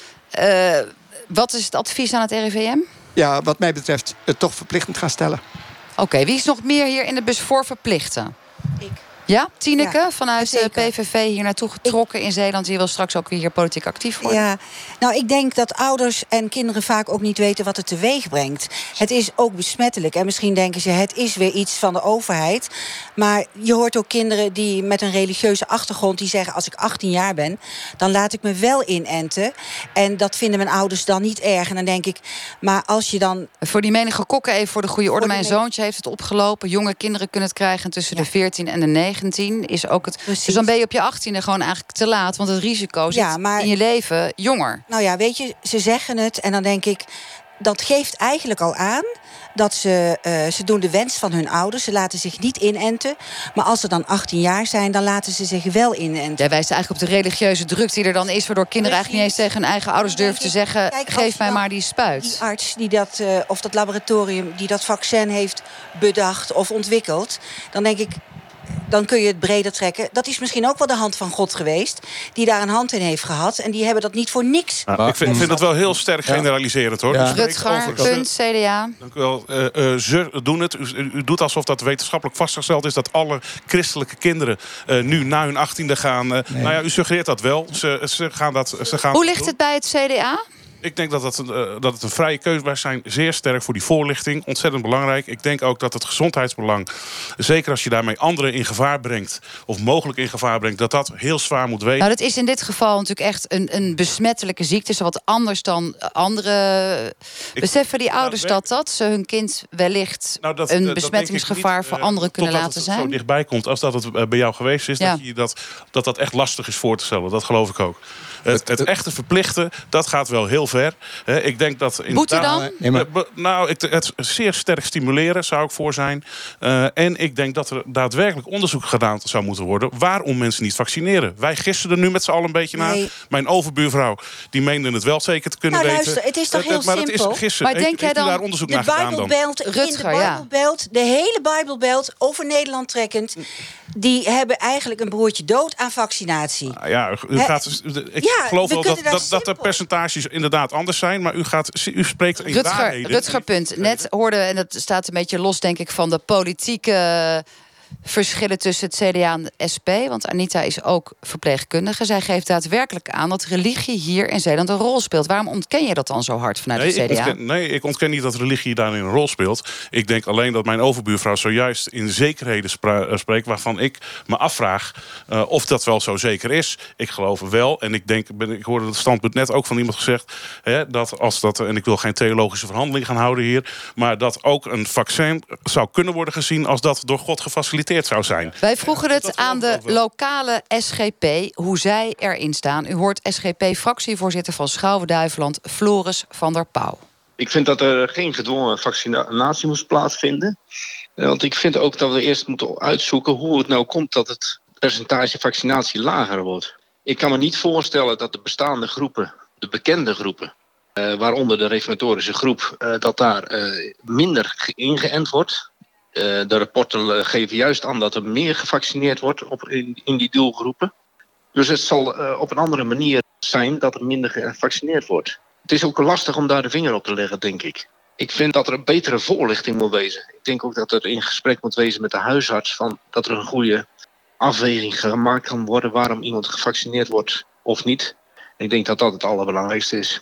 Uh, wat is het advies aan het R I V M? Ja, wat mij betreft het toch verplichtend gaan stellen. Oké, okay, wie is nog meer hier in de bus voor verplichten? Ik. Ja, Tineke, ja, vanuit de P V V hier naartoe getrokken ik, in Zeeland. Die wil straks ook weer hier politiek actief worden. Ja, nou, ik denk dat ouders en kinderen vaak ook niet weten wat het teweeg brengt. Het is ook besmettelijk. En misschien denken ze, het is weer iets van de overheid. Maar je hoort ook kinderen die met een religieuze achtergrond... die zeggen, als ik achttien jaar ben, dan laat ik me wel inenten. En dat vinden mijn ouders dan niet erg. En dan denk ik, maar als je dan... Voor die meningokokken, even voor de goede orde. Mijn zoontje heeft het opgelopen. Jonge kinderen kunnen het krijgen tussen ja. de veertien en de negentien. Is ook het, dus dan ben je op je achttiende gewoon eigenlijk te laat. Want het risico zit ja, maar, in je leven jonger. Nou ja, weet je, ze zeggen het en dan denk ik... dat geeft eigenlijk al aan dat ze, uh, ze doen de wens van hun ouders. Ze laten zich niet inenten. Maar als ze dan achttien jaar zijn, dan laten ze zich wel inenten. Jij wijst eigenlijk op de religieuze druk die er dan is... waardoor kinderen Precies. eigenlijk niet eens tegen hun eigen ouders durven te zeggen... Kijk, geef mij maar die spuit. Die arts die dat, uh, of dat laboratorium die dat vaccin heeft bedacht of ontwikkeld... dan denk ik... dan kun je het breder trekken. Dat is misschien ook wel de hand van God geweest... die daar een hand in heeft gehad. En die hebben dat niet voor niks. Ja, ik vind, vind dat wel heel sterk generaliserend, hoor. Ja. Rutger, punt, C D A. Dank u wel. Uh, uh, ze doen het. U, u doet alsof dat wetenschappelijk vastgesteld is... dat alle christelijke kinderen uh, nu na hun achttiende gaan... Uh, nee. Nou ja, u suggereert dat wel. Ze, ze gaan dat, ze gaan Hoe ligt het bij het C D A? Ik denk dat, dat, uh, dat het een vrije keuze is. Wij zijn zeer sterk voor die voorlichting. Ontzettend belangrijk. Ik denk ook dat het gezondheidsbelang... zeker als je daarmee anderen in gevaar brengt... of mogelijk in gevaar brengt... dat dat heel zwaar moet wegen. Nou, dat is in dit geval natuurlijk echt een, een besmettelijke ziekte. Is wat anders dan andere... Ik, Beseffen die ouders nou, dat dat? Ze hun kind wellicht nou, dat, een besmettingsgevaar niet, voor uh, anderen kunnen laten het zijn? Zo dichtbij komt als dat het uh, bij jou geweest is... Ja. Dat, je dat, dat dat echt lastig is voor te stellen. Dat geloof ik ook. Het, het echte verplichten, dat gaat wel heel ver. He, ik denk dat Boete dan? Nee, maar... Nou, het, het zeer sterk stimuleren zou ik voor zijn. Uh, en ik denk dat er daadwerkelijk onderzoek gedaan zou moeten worden... waarom mensen niet vaccineren. Wij gissen er nu met z'n allen een beetje nee. naar. Mijn overbuurvrouw, die meende het wel zeker te kunnen nou, weten. Luister, het is toch uh, heel maar simpel? Het is gissen. Maar Heeft, denk jij dan daar onderzoek de naar gedaan dan? Bijbelbelt, Rutger, in de Bijbelbelt, ja. de hele Bijbelbelt over Nederland trekkend... die hebben eigenlijk een broertje dood aan vaccinatie. Nou ja, u gaat, ik ja, geloof wel dat, dat, dat de percentages inderdaad anders zijn... maar u, gaat, u spreekt in Rutger, waarheden. Rutger, punt. Net hoorde, en dat staat een beetje los, denk ik... van de politieke verschillen tussen het C D A en de S P. Want Anita is ook verpleegkundige. Zij geeft daadwerkelijk aan dat religie hier in Zeeland een rol speelt. Waarom ontken je dat dan zo hard vanuit nee, het C D A? Ik ontken, nee, ik ontken niet dat religie daarin een rol speelt. Ik denk alleen dat mijn overbuurvrouw zojuist in zekerheden spra- spreekt... waarvan ik me afvraag uh, of dat wel zo zeker is. Ik geloof wel. En ik denk, ik hoorde het standpunt net ook van iemand gezegd... Hè, dat als dat, en ik wil geen theologische verhandeling gaan houden hier... maar dat ook een vaccin zou kunnen worden gezien... als dat door God gefaciliteerd zou zijn. Wij vroegen het aan de lokale S G P hoe zij erin staan. U hoort S G P-fractievoorzitter van Schouwen-Duiveland, Floris van der Pauw. Ik vind dat er geen gedwongen vaccinatie moest plaatsvinden. Want ik vind ook dat we eerst moeten uitzoeken hoe het nou komt dat het percentage vaccinatie lager wordt. Ik kan me niet voorstellen dat de bestaande groepen, de bekende groepen, uh, waaronder de reformatorische groep, uh, dat daar uh, minder ingeënt wordt. Uh, de rapporten geven juist aan dat er meer gevaccineerd wordt op, in, in die doelgroepen. Dus het zal uh, op een andere manier zijn dat er minder gevaccineerd wordt. Het is ook lastig om daar de vinger op te leggen, denk ik. Ik vind dat er een betere voorlichting moet wezen. Ik denk ook dat er in gesprek moet wezen met de huisarts... Van dat er een goede afweging gemaakt kan worden... waarom iemand gevaccineerd wordt of niet. Ik denk dat dat het allerbelangrijkste is.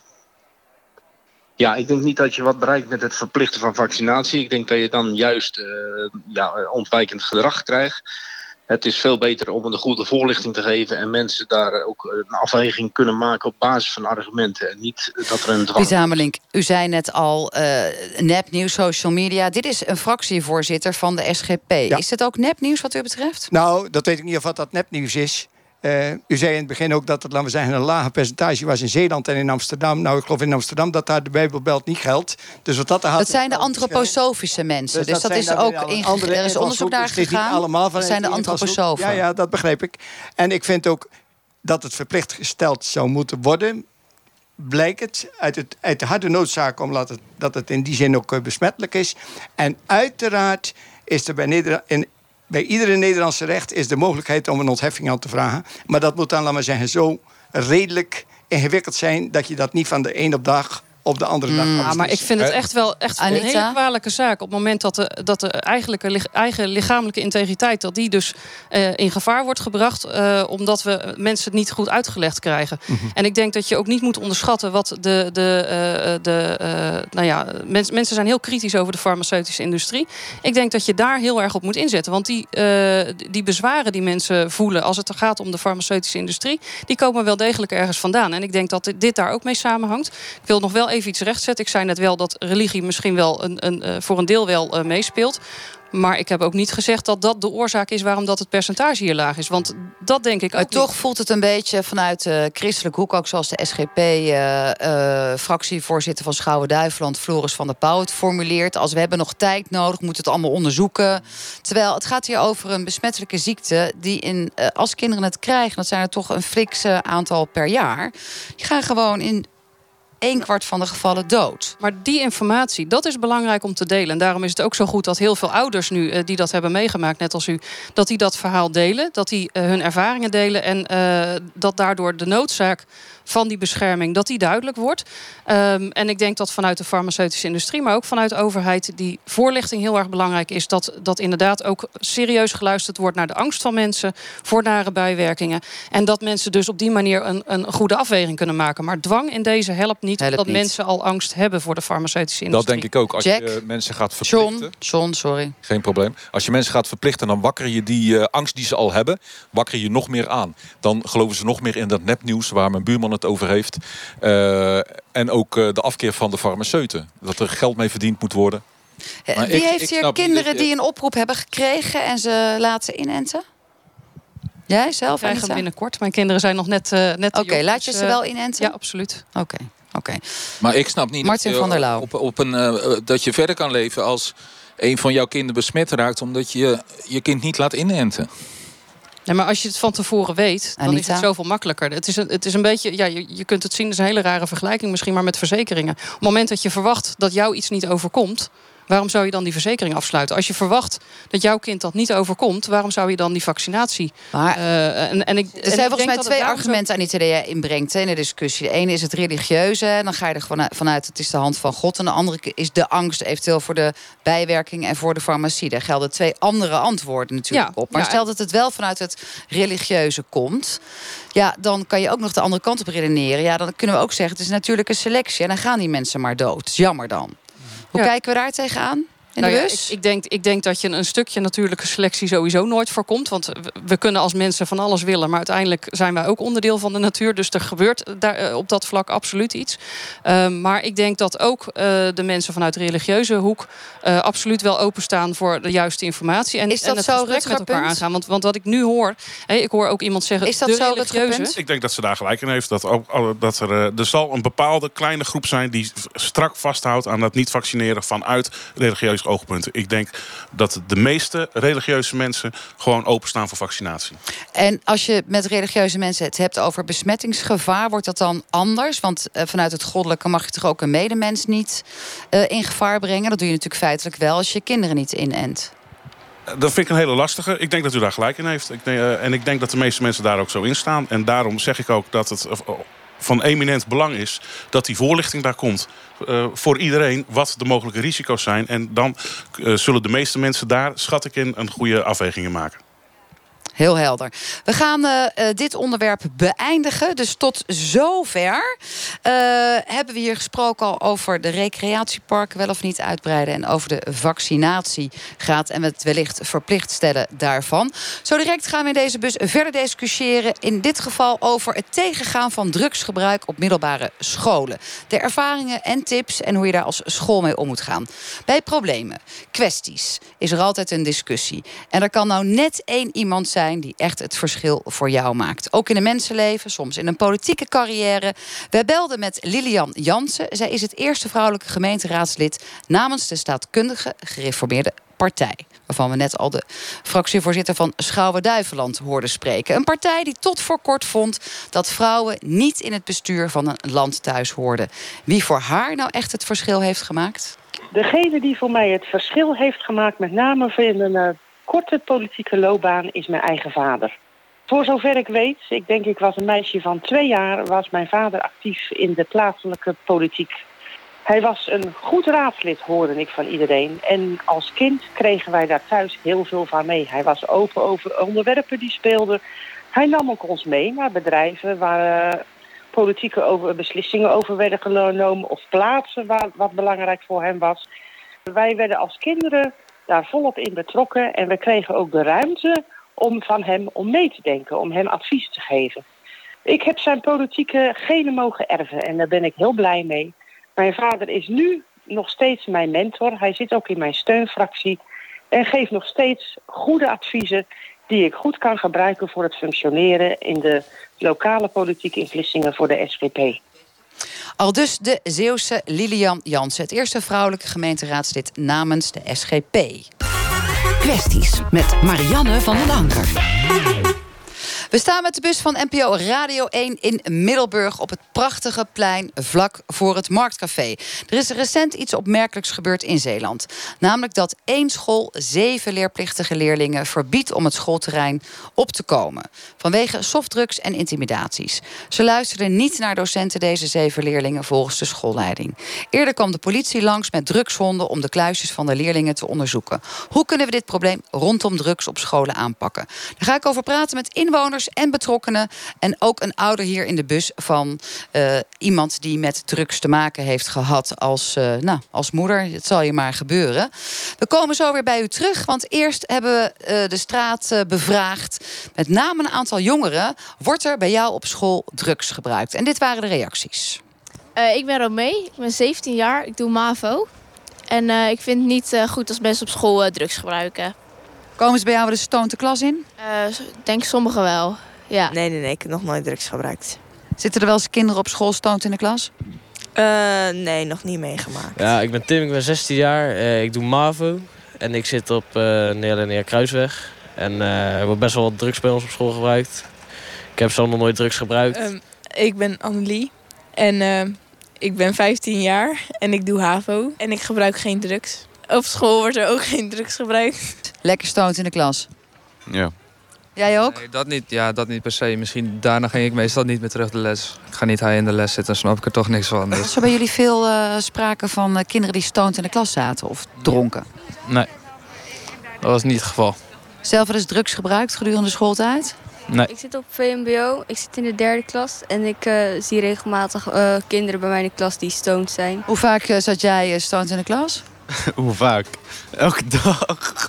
Ja, ik denk niet dat je wat bereikt met het verplichten van vaccinatie. Ik denk dat je dan juist uh, ja, ontwijkend gedrag krijgt. Het is veel beter om een goede voorlichting te geven... en mensen daar ook een afweging kunnen maken op basis van argumenten. En niet dat er een dwang... Piet Hamelink, u zei net al, uh, nepnieuws, social media. Dit is een fractievoorzitter van de S G P. Ja. Is het ook nepnieuws wat u betreft? Nou, dat weet ik niet of wat dat nepnieuws is. Uh, u zei in het begin ook dat het, laten we zeggen, een lager percentage was in Zeeland en in Amsterdam. Nou, ik geloof in Amsterdam dat daar de Bijbelbelt niet geldt. Dus wat dat, had dat zijn de antroposofische mensen. Dus, dus dat, dat is ook in, er is onderzoek naar gegaan. Allemaal van dat zijn de antroposofen. Ja, ja, dat begreep ik. En ik vind ook dat het verplicht gesteld zou moeten worden. blijkt het uit, het uit de harde noodzaak, omdat het, dat het in die zin ook uh, besmettelijk is. En uiteraard is er bij, Neder- in, bij iedere Nederlandse recht is de mogelijkheid om een ontheffing aan te vragen. Maar dat moet dan, laten we zeggen, zo redelijk ingewikkeld zijn dat je dat niet van de een op dag op de andere dag. Mm, ja, maar ik vind het echt wel echt een Anita? hele kwalijke zaak. Op het moment dat de, dat de eigenlijke, lich- eigen lichamelijke integriteit, dat die dus uh, in gevaar wordt gebracht, uh, omdat we mensen het niet goed uitgelegd krijgen. Mm-hmm. En ik denk dat je ook niet moet onderschatten wat de. de, uh, de uh, nou ja, mens, mensen zijn heel kritisch over de farmaceutische industrie. Ik denk dat je daar heel erg op moet inzetten. Want die, uh, die bezwaren die mensen voelen als het gaat om de farmaceutische industrie, die komen wel degelijk ergens vandaan. En ik denk dat dit, dit daar ook mee samenhangt. Ik wil nog wel even iets rechtzetten. Ik zei net wel dat religie misschien wel een, een, uh, voor een deel wel uh, meespeelt. Maar ik heb ook niet gezegd dat dat de oorzaak is waarom dat het percentage hier laag is. Want dat denk ik ook uh, Toch niet. voelt het een beetje vanuit de christelijke hoek, ook zoals de S G P-fractievoorzitter uh, uh, van Schouwen-Duiveland, Floris van der Pauw, het formuleert als we hebben nog tijd nodig, moeten het allemaal onderzoeken. Terwijl het gaat hier over een besmettelijke ziekte die in, uh, als kinderen het krijgen, dat zijn er toch een flikse aantal per jaar, die gaan gewoon in een kwart van de gevallen dood. Maar die informatie, dat is belangrijk om te delen. En daarom is het ook zo goed dat heel veel ouders nu uh, die dat hebben meegemaakt, net als u, dat die dat verhaal delen, dat die uh, hun ervaringen delen en uh, dat daardoor de noodzaak van die bescherming, dat die duidelijk wordt. Um, en ik denk dat vanuit de farmaceutische industrie, maar ook vanuit de overheid, die voorlichting heel erg belangrijk is. Dat, dat inderdaad ook serieus geluisterd wordt naar de angst van mensen voor nare bijwerkingen. En dat mensen dus op die manier een, een goede afweging kunnen maken. Maar dwang in deze helpt niet, helpt dat niet. mensen al angst hebben voor de farmaceutische industrie. Dat denk ik ook. Als Jack? je mensen gaat verplichten. John, John, sorry. Geen probleem. Als je mensen gaat verplichten, dan wakker je die uh, angst die ze al hebben, wakker je nog meer aan. Dan geloven ze nog meer in dat nepnieuws waar mijn buurman het over heeft. Uh, en ook uh, de afkeer van de farmaceuten. Dat er geld mee verdiend moet worden. Maar Wie ik, heeft ik hier kinderen niet, die een oproep hebben gekregen en ze laten inenten? Jij zelf? Ik krijg binnenkort. Mijn kinderen zijn nog net, uh, net Oké, okay, laat je ze wel inenten? Ja, absoluut. Oké. Okay. Okay. Maar ik snap niet Martin dat, van der Lauw. Op, op een, uh, dat je verder kan leven als een van jouw kinderen besmet raakt, omdat je je kind niet laat inenten. Nee, maar als je het van tevoren weet, dan Anita? Is het zoveel makkelijker. Het is een, het is een beetje, ja, je, je kunt het zien, het is een hele rare vergelijking misschien, maar met verzekeringen. Op het moment dat je verwacht dat jou iets niet overkomt, waarom zou je dan die verzekering afsluiten? Als je verwacht dat jouw kind dat niet overkomt, waarom zou je dan die vaccinatie? Maar, uh, en, en ik, er zijn volgens mij twee argumenten aan die je inbrengt in de discussie. De ene is het religieuze, en dan ga je er vanuit het is de hand van God. En de andere is de angst eventueel voor de bijwerking en voor de farmacie. Daar gelden twee andere antwoorden natuurlijk ja, op. Maar ja, stel dat het wel vanuit het religieuze komt, ja, dan kan je ook nog de andere kant op redeneren. Ja, dan kunnen we ook zeggen, het is natuurlijk een selectie en dan gaan die mensen maar dood. Jammer dan. Hoe ja. kijken we daar tegenaan? In nou de ja, bus? ik, ik, denk, ik denk dat je een stukje natuurlijke selectie sowieso nooit voorkomt. Want we, we kunnen als mensen van alles willen, maar uiteindelijk zijn wij ook onderdeel van de natuur. Dus er gebeurt daar, op dat vlak absoluut iets. Uh, maar ik denk dat ook uh, de mensen vanuit de religieuze hoek uh, absoluut wel openstaan voor de juiste informatie. En, is dat en het zo, gesprek met elkaar punt? aangaan. Want, want wat ik nu hoor, hey, ik hoor ook iemand zeggen, is dat de zo, religieuze. Ik denk dat ze daar gelijk in heeft. Dat, ook, dat er, er zal een bepaalde kleine groep zijn die strak vasthoudt aan dat niet vaccineren vanuit religieuze oogpunten. Ik denk dat de meeste religieuze mensen gewoon openstaan voor vaccinatie. En als je met religieuze mensen het hebt over besmettingsgevaar, wordt dat dan anders? Want uh, vanuit het goddelijke mag je toch ook een medemens niet uh, in gevaar brengen? Dat doe je natuurlijk feitelijk wel als je kinderen niet inent. Dat vind ik een hele lastige. Ik denk dat u daar gelijk in heeft. Ik denk, uh, en ik denk dat de meeste mensen daar ook zo in staan. En daarom zeg ik ook dat het Uh, van eminent belang is dat die voorlichting daar komt uh, voor iedereen wat de mogelijke risico's zijn. En dan uh, zullen de meeste mensen daar, schat ik in, een goede afweging in maken. Heel helder. We gaan uh, dit onderwerp beëindigen. Dus tot zover uh, hebben we hier gesproken al over de recreatieparken wel of niet uitbreiden en over de vaccinatiegraad en het wellicht verplicht stellen daarvan. Zo direct gaan we in deze bus verder discussiëren. In dit geval over het tegengaan van drugsgebruik op middelbare scholen. De ervaringen en tips en hoe je daar als school mee om moet gaan. Bij problemen, kwesties, is er altijd een discussie. En er kan nou net één iemand zijn die echt het verschil voor jou maakt. Ook in een mensenleven, soms in een politieke carrière. Wij belden met Lilian Jansen. Zij is het eerste vrouwelijke gemeenteraadslid namens de staatkundige gereformeerde partij. waarvan we net al de fractievoorzitter van Schouwen-Duiveland hoorden spreken. Een partij die tot voor kort vond dat vrouwen niet in het bestuur van een land thuis hoorden. Wie voor haar nou echt het verschil heeft gemaakt? Degene die voor mij het verschil heeft gemaakt, met name in een uh, korte politieke loopbaan, is mijn eigen vader. Voor zover ik weet, ik denk ik was een meisje van twee jaar, was mijn vader actief in de plaatselijke politiek. Hij was een goed raadslid, hoorde ik van iedereen. En als kind kregen wij daar thuis heel veel van mee. Hij was open over onderwerpen die speelden. Hij nam ook ons mee naar bedrijven waar uh, politieke over, beslissingen over werden genomen, of plaatsen waar, wat belangrijk voor hem was. Wij werden als kinderen daar volop in betrokken en we kregen ook de ruimte om van hem om mee te denken, om hem advies te geven. Ik heb zijn politieke genen mogen erven en daar ben ik heel blij mee. Mijn vader is nu nog steeds mijn mentor. Hij zit ook in mijn steunfractie en geeft nog steeds goede adviezen die ik goed kan gebruiken voor het functioneren in de lokale politiek in Vlissingen voor de S G P. Aldus de Zeeuwse Lilian Jansen, het eerste vrouwelijke gemeenteraadslid namens de S G P. Kwesties met Marianne van den Anker. We staan met de bus van N P O Radio één in Middelburg op het prachtige plein vlak voor het Marktcafé. Er is recent iets opmerkelijks gebeurd in Zeeland. Namelijk dat één school zeven leerplichtige leerlingen verbiedt om het schoolterrein op te komen. Vanwege softdrugs en intimidaties. Ze luisterden niet naar docenten, deze zeven leerlingen, volgens de schoolleiding. Eerder kwam de politie langs met drugshonden om de kluisjes van de leerlingen te onderzoeken. Hoe kunnen we dit probleem rondom drugs op scholen aanpakken? Daar ga ik over praten met inwoners en betrokkenen. En ook een ouder hier in de bus van uh, iemand die met drugs te maken heeft gehad als, uh, nou, als moeder. Het zal je maar gebeuren. We komen zo weer bij u terug, want eerst hebben we uh, de straat uh, bevraagd. Met name een aantal jongeren. Wordt er bij jou op school drugs gebruikt? En dit waren de reacties. Uh, ik ben Romee, ik ben zeventien jaar, ik doe MAVO. En uh, ik vind het niet uh, goed als mensen op school uh, drugs gebruiken. Komen ze bij jou de stoont de klas in? Uh, denk sommigen wel, ja. Nee, nee, nee, ik heb nog nooit drugs gebruikt. Zitten er wel eens kinderen op school stoont in de klas? Uh, nee, nog niet meegemaakt. Ja, ik ben Tim, ik ben zestien jaar, uh, ik doe MAVO. En ik zit op uh, Neer en Neer Kruisweg. En uh, er wordt best wel wat drugs bij ons op school gebruikt. Ik heb zelf nog nooit drugs gebruikt. Um, ik ben Annelie en uh, ik ben vijftien jaar en ik doe HAVO. En ik gebruik geen drugs. Op school wordt er ook geen drugs gebruikt. Lekker stoont in de klas? Ja. Jij ook? Nee, dat niet, ja, dat niet per se. Misschien daarna ging ik meestal niet meer terug de les. Ik ga niet high in de les zitten, dan snap ik er toch niks van. Dus. Zo bij jullie veel uh, sprake van uh, kinderen die stoont in de klas zaten of dronken? Nee, dat was niet het geval. Zelf wel eens drugs gebruikt gedurende de schooltijd? Nee. Ik zit op V M B O, ik zit in de derde klas en ik uh, zie regelmatig uh, kinderen bij mij in de klas die stoned zijn. Hoe vaak uh, zat jij uh, stoned in de klas? Hoe vaak? Elke dag.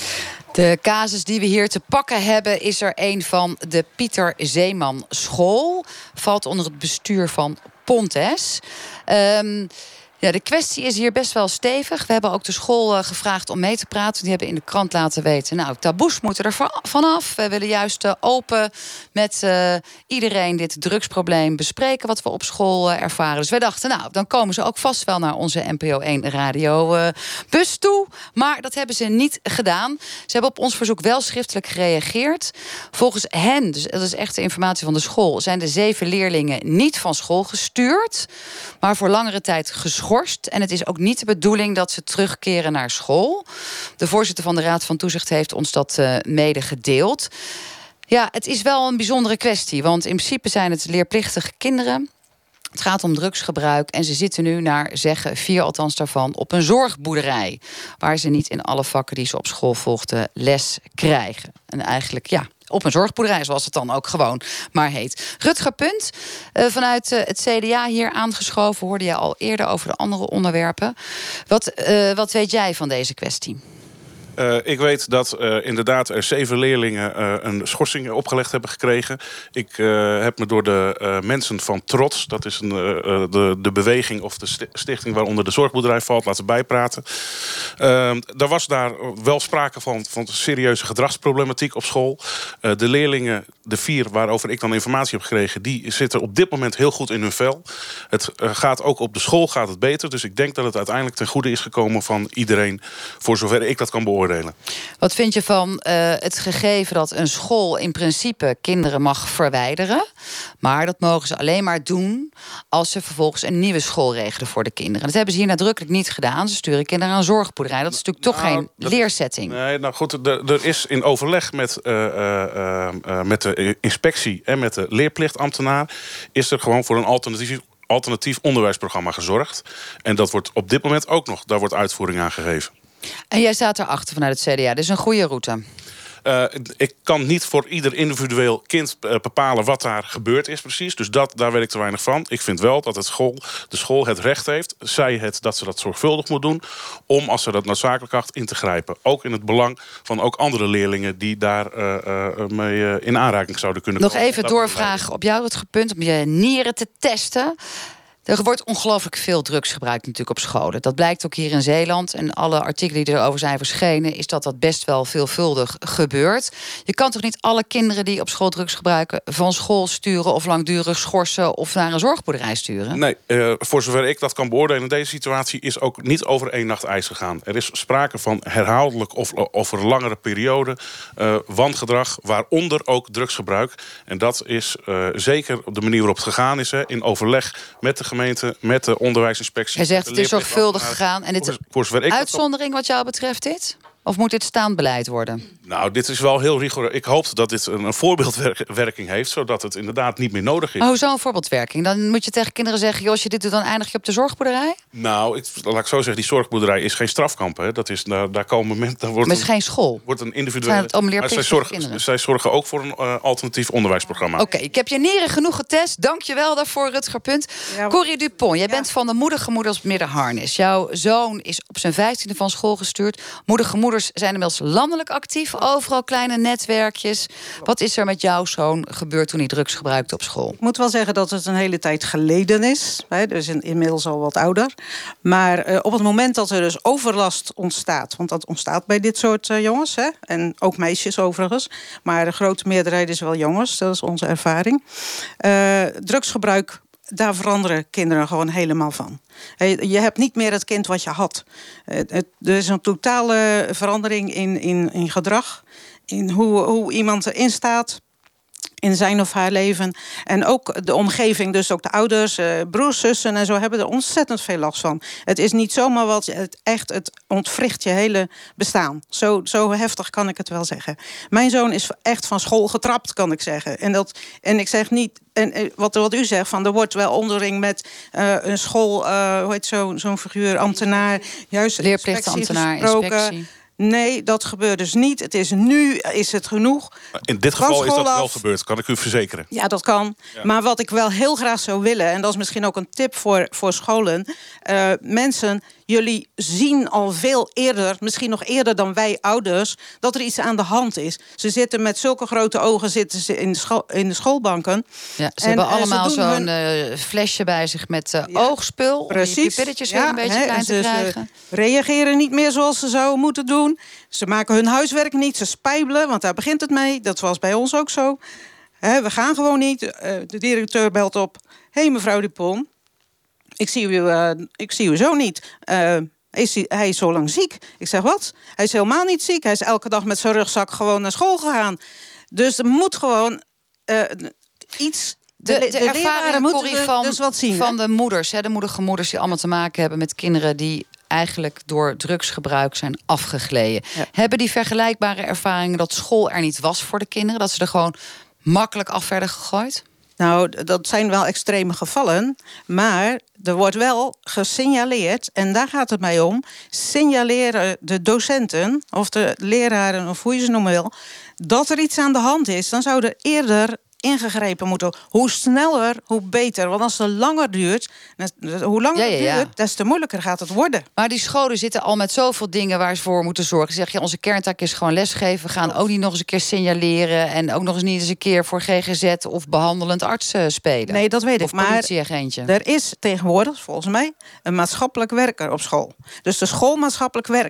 De casus die we hier te pakken hebben is er een van de Pieter Zeeman School. Valt onder het bestuur van Pontes. Um, Ja, de kwestie is hier best wel stevig. We hebben ook de school uh, gevraagd om mee te praten. Die hebben in de krant laten weten, nou, taboes moeten er vanaf. We willen juist uh, open met uh, iedereen dit drugsprobleem bespreken wat we op school uh, ervaren. Dus wij dachten, nou, dan komen ze ook vast wel naar onze N P O één radio uh, bus toe. Maar dat hebben ze niet gedaan. Ze hebben op ons verzoek wel schriftelijk gereageerd. Volgens hen, dus dat is echt de informatie van de school, zijn de zeven leerlingen niet van school gestuurd, maar voor langere tijd geschorst. En het is ook niet de bedoeling dat ze terugkeren naar school. De voorzitter van de Raad van Toezicht heeft ons dat uh, medegedeeld. Ja, het is wel een bijzondere kwestie. Want in principe zijn het leerplichtige kinderen. Het gaat om drugsgebruik en ze zitten nu, naar zeggen vier althans daarvan, op een zorgboerderij. Waar ze niet in alle vakken die ze op school volgden les krijgen. En eigenlijk, ja, op een zorgboerderij, zoals het dan ook gewoon maar heet. Rutger Punt, uh, vanuit uh, het C D A hier aangeschoven, hoorde je al eerder over de andere onderwerpen. Wat, uh, wat weet jij van deze kwestie? Uh, ik weet dat uh, inderdaad er zeven leerlingen uh, een schorsing opgelegd hebben gekregen. Ik uh, heb me door de uh, mensen van Trots, dat is een, uh, de, de beweging of de stichting waaronder de zorgboerderij valt, laten bijpraten. Uh, er was daar wel sprake van, van serieuze gedragsproblematiek op school. Uh, de leerlingen, de vier waarover ik dan informatie heb gekregen, die zitten op dit moment heel goed in hun vel. Het uh, gaat ook op de school gaat het beter. Dus ik denk dat het uiteindelijk ten goede is gekomen van iedereen, voor zover ik dat kan beoordelen. beoordelen. Wat vind je van uh, het gegeven dat een school in principe kinderen mag verwijderen, maar dat mogen ze alleen maar doen als ze vervolgens een nieuwe school regelen voor de kinderen? Dat hebben ze hier nadrukkelijk niet gedaan. Ze sturen kinderen naar een zorgboerderij. Dat is natuurlijk toch nou, geen dat, leersetting. Nee, nou goed, er, er is in overleg met, uh, uh, uh, met de inspectie en met de leerplichtambtenaar is er gewoon voor een alternatief alternatief onderwijsprogramma gezorgd. En dat wordt op dit moment ook nog, daar wordt uitvoering aan gegeven. En jij staat erachter vanuit het C D A. Dit is een goede route. Uh, ik kan niet voor ieder individueel kind uh, bepalen wat daar gebeurd is precies. Dus dat, daar weet ik te weinig van. Ik vind wel dat het school, de school het recht heeft, zij het dat ze dat zorgvuldig moet doen, om, als ze dat noodzakelijk acht, in te grijpen. Ook in het belang van ook andere leerlingen die daar uh, uh, mee uh, in aanraking zouden kunnen Nog komen. Nog even doorvragen op jou het punt om je nieren te testen. Er wordt ongelooflijk veel drugs gebruikt natuurlijk op scholen. Dat blijkt ook hier in Zeeland. En alle artikelen die erover zijn verschenen, is dat dat best wel veelvuldig gebeurt. Je kan toch niet alle kinderen die op school drugs gebruiken van school sturen of langdurig schorsen of naar een zorgboerderij sturen? Nee, uh, voor zover ik dat kan beoordelen in deze situatie is ook niet over één nacht ijs gegaan. Er is sprake van herhaaldelijk of over een langere periode uh, wangedrag, waaronder ook drugsgebruik. En dat is uh, zeker op de manier waarop het gegaan is, hè, in overleg met de gemeente, met de onderwijsinspectie. Hij zegt het is zorgvuldig gegaan. En dit is voor zover ik uitzondering wat jou betreft dit? Of moet dit staand beleid worden? Nou, dit is wel heel rigoureus. Ik hoop dat dit een, een voorbeeldwerking heeft, zodat het inderdaad niet meer nodig is. Maar hoezo een voorbeeldwerking? Dan moet je tegen kinderen zeggen, joh, als je dit doet, dan eindig je op de zorgboerderij? Nou, ik, laat ik zo zeggen, die zorgboerderij is geen strafkamp. Hè. Dat is, daar, daar komen mensen. Daar wordt maar het is een, geen school. Wordt een individuele. Het om zij, zorgen, zij zorgen ook voor een uh, alternatief onderwijsprogramma. Oké, okay, ik heb je nieren genoeg getest. Dank je wel daarvoor, Rutger Punt. Ja, Corrie Dupont, jij ja. bent van de Moedige Moeders Middenharnis. Jouw zoon is op zijn vijftiende van school gestuurd. Moedige Moeders zijn inmiddels landelijk actief. Overal kleine netwerkjes. Wat is er met jouw zoon gebeurd toen hij drugs gebruikte op school? Ik moet wel zeggen dat het een hele tijd geleden is. Hè, dus inmiddels al wat ouder. Maar uh, op het moment dat er dus overlast ontstaat, want dat ontstaat bij dit soort uh, jongens, hè, en ook meisjes overigens, maar de grote meerderheid is wel jongens, dat is onze ervaring. Uh, drugsgebruik, daar veranderen kinderen gewoon helemaal van. Je hebt niet meer het kind wat je had. Er is een totale verandering in, in, in gedrag, in hoe, hoe iemand erin staat, in zijn of haar leven. En ook de omgeving, dus ook de ouders, eh, broers, zussen en zo, hebben er ontzettend veel last van. Het is niet zomaar wat, het echt, het ontwricht je hele bestaan. Zo, zo heftig kan ik het wel zeggen. Mijn zoon is echt van school getrapt, kan ik zeggen. En, dat, en ik zeg niet, en wat, wat u zegt, van er wordt wel onderling met uh, een school, uh, hoe heet zo, zo'n figuur, ambtenaar, juist leerplichtambtenaar, inspectie. Nee, dat gebeurt dus niet. Het is nu is het genoeg. In dit geval is dat wel gebeurd, kan ik u verzekeren. Ja, dat kan. Ja. Maar wat ik wel heel graag zou willen, en dat is misschien ook een tip voor, voor scholen. Uh, mensen, jullie zien al veel eerder, misschien nog eerder dan wij ouders, dat er iets aan de hand is. Ze zitten met zulke grote ogen zitten ze in de, school, in de schoolbanken. Ja, ze en, hebben allemaal zo'n hun... uh, flesje bij zich met uh, ja, oogspul. Precies. Om die pupilletjes ja, weer een beetje he, klein te krijgen. Ze reageren niet meer zoals ze zouden moeten doen. Ze maken hun huiswerk niet, ze spijbelen, want daar begint het mee. Dat was bij ons ook zo. He, we gaan gewoon niet. Uh, de directeur belt op. Hé, hey, mevrouw Dupont, ik zie u, uh, ik zie u zo niet. Uh, is hij, hij is zo lang ziek. Ik zeg, wat? Hij is helemaal niet ziek. Hij is elke dag met zijn rugzak gewoon naar school gegaan. Dus er moet gewoon uh, iets... De, de, de, de ervaring, Corrie, van, dus wat zien, van de moeders, hè, de moedige moeders die allemaal te maken hebben met kinderen die eigenlijk door drugsgebruik zijn afgegleden. Ja. Hebben die vergelijkbare ervaringen dat school er niet was voor de kinderen? Dat ze er gewoon makkelijk af werden gegooid? Nou, dat zijn wel extreme gevallen. Maar er wordt wel gesignaleerd, en daar gaat het mij om, signaleren de docenten of de leraren, of hoe je ze noemen wil, dat er iets aan de hand is. Dan zou er eerder ingegrepen moeten. Hoe sneller, hoe beter. Want als het langer duurt, hoe langer ja, ja, ja. het duurt, des te moeilijker gaat het worden. Maar die scholen zitten al met zoveel dingen waar ze voor moeten zorgen. Zeg je, onze kerntaak is gewoon lesgeven. We gaan ook niet nog eens een keer signaleren en ook nog eens niet eens een keer voor G G Z of behandelend arts spelen. Nee, dat weet ik. Of politieagentje. Maar er is tegenwoordig, volgens mij, een maatschappelijk werker op school. Dus de schoolmaatschappelijk werker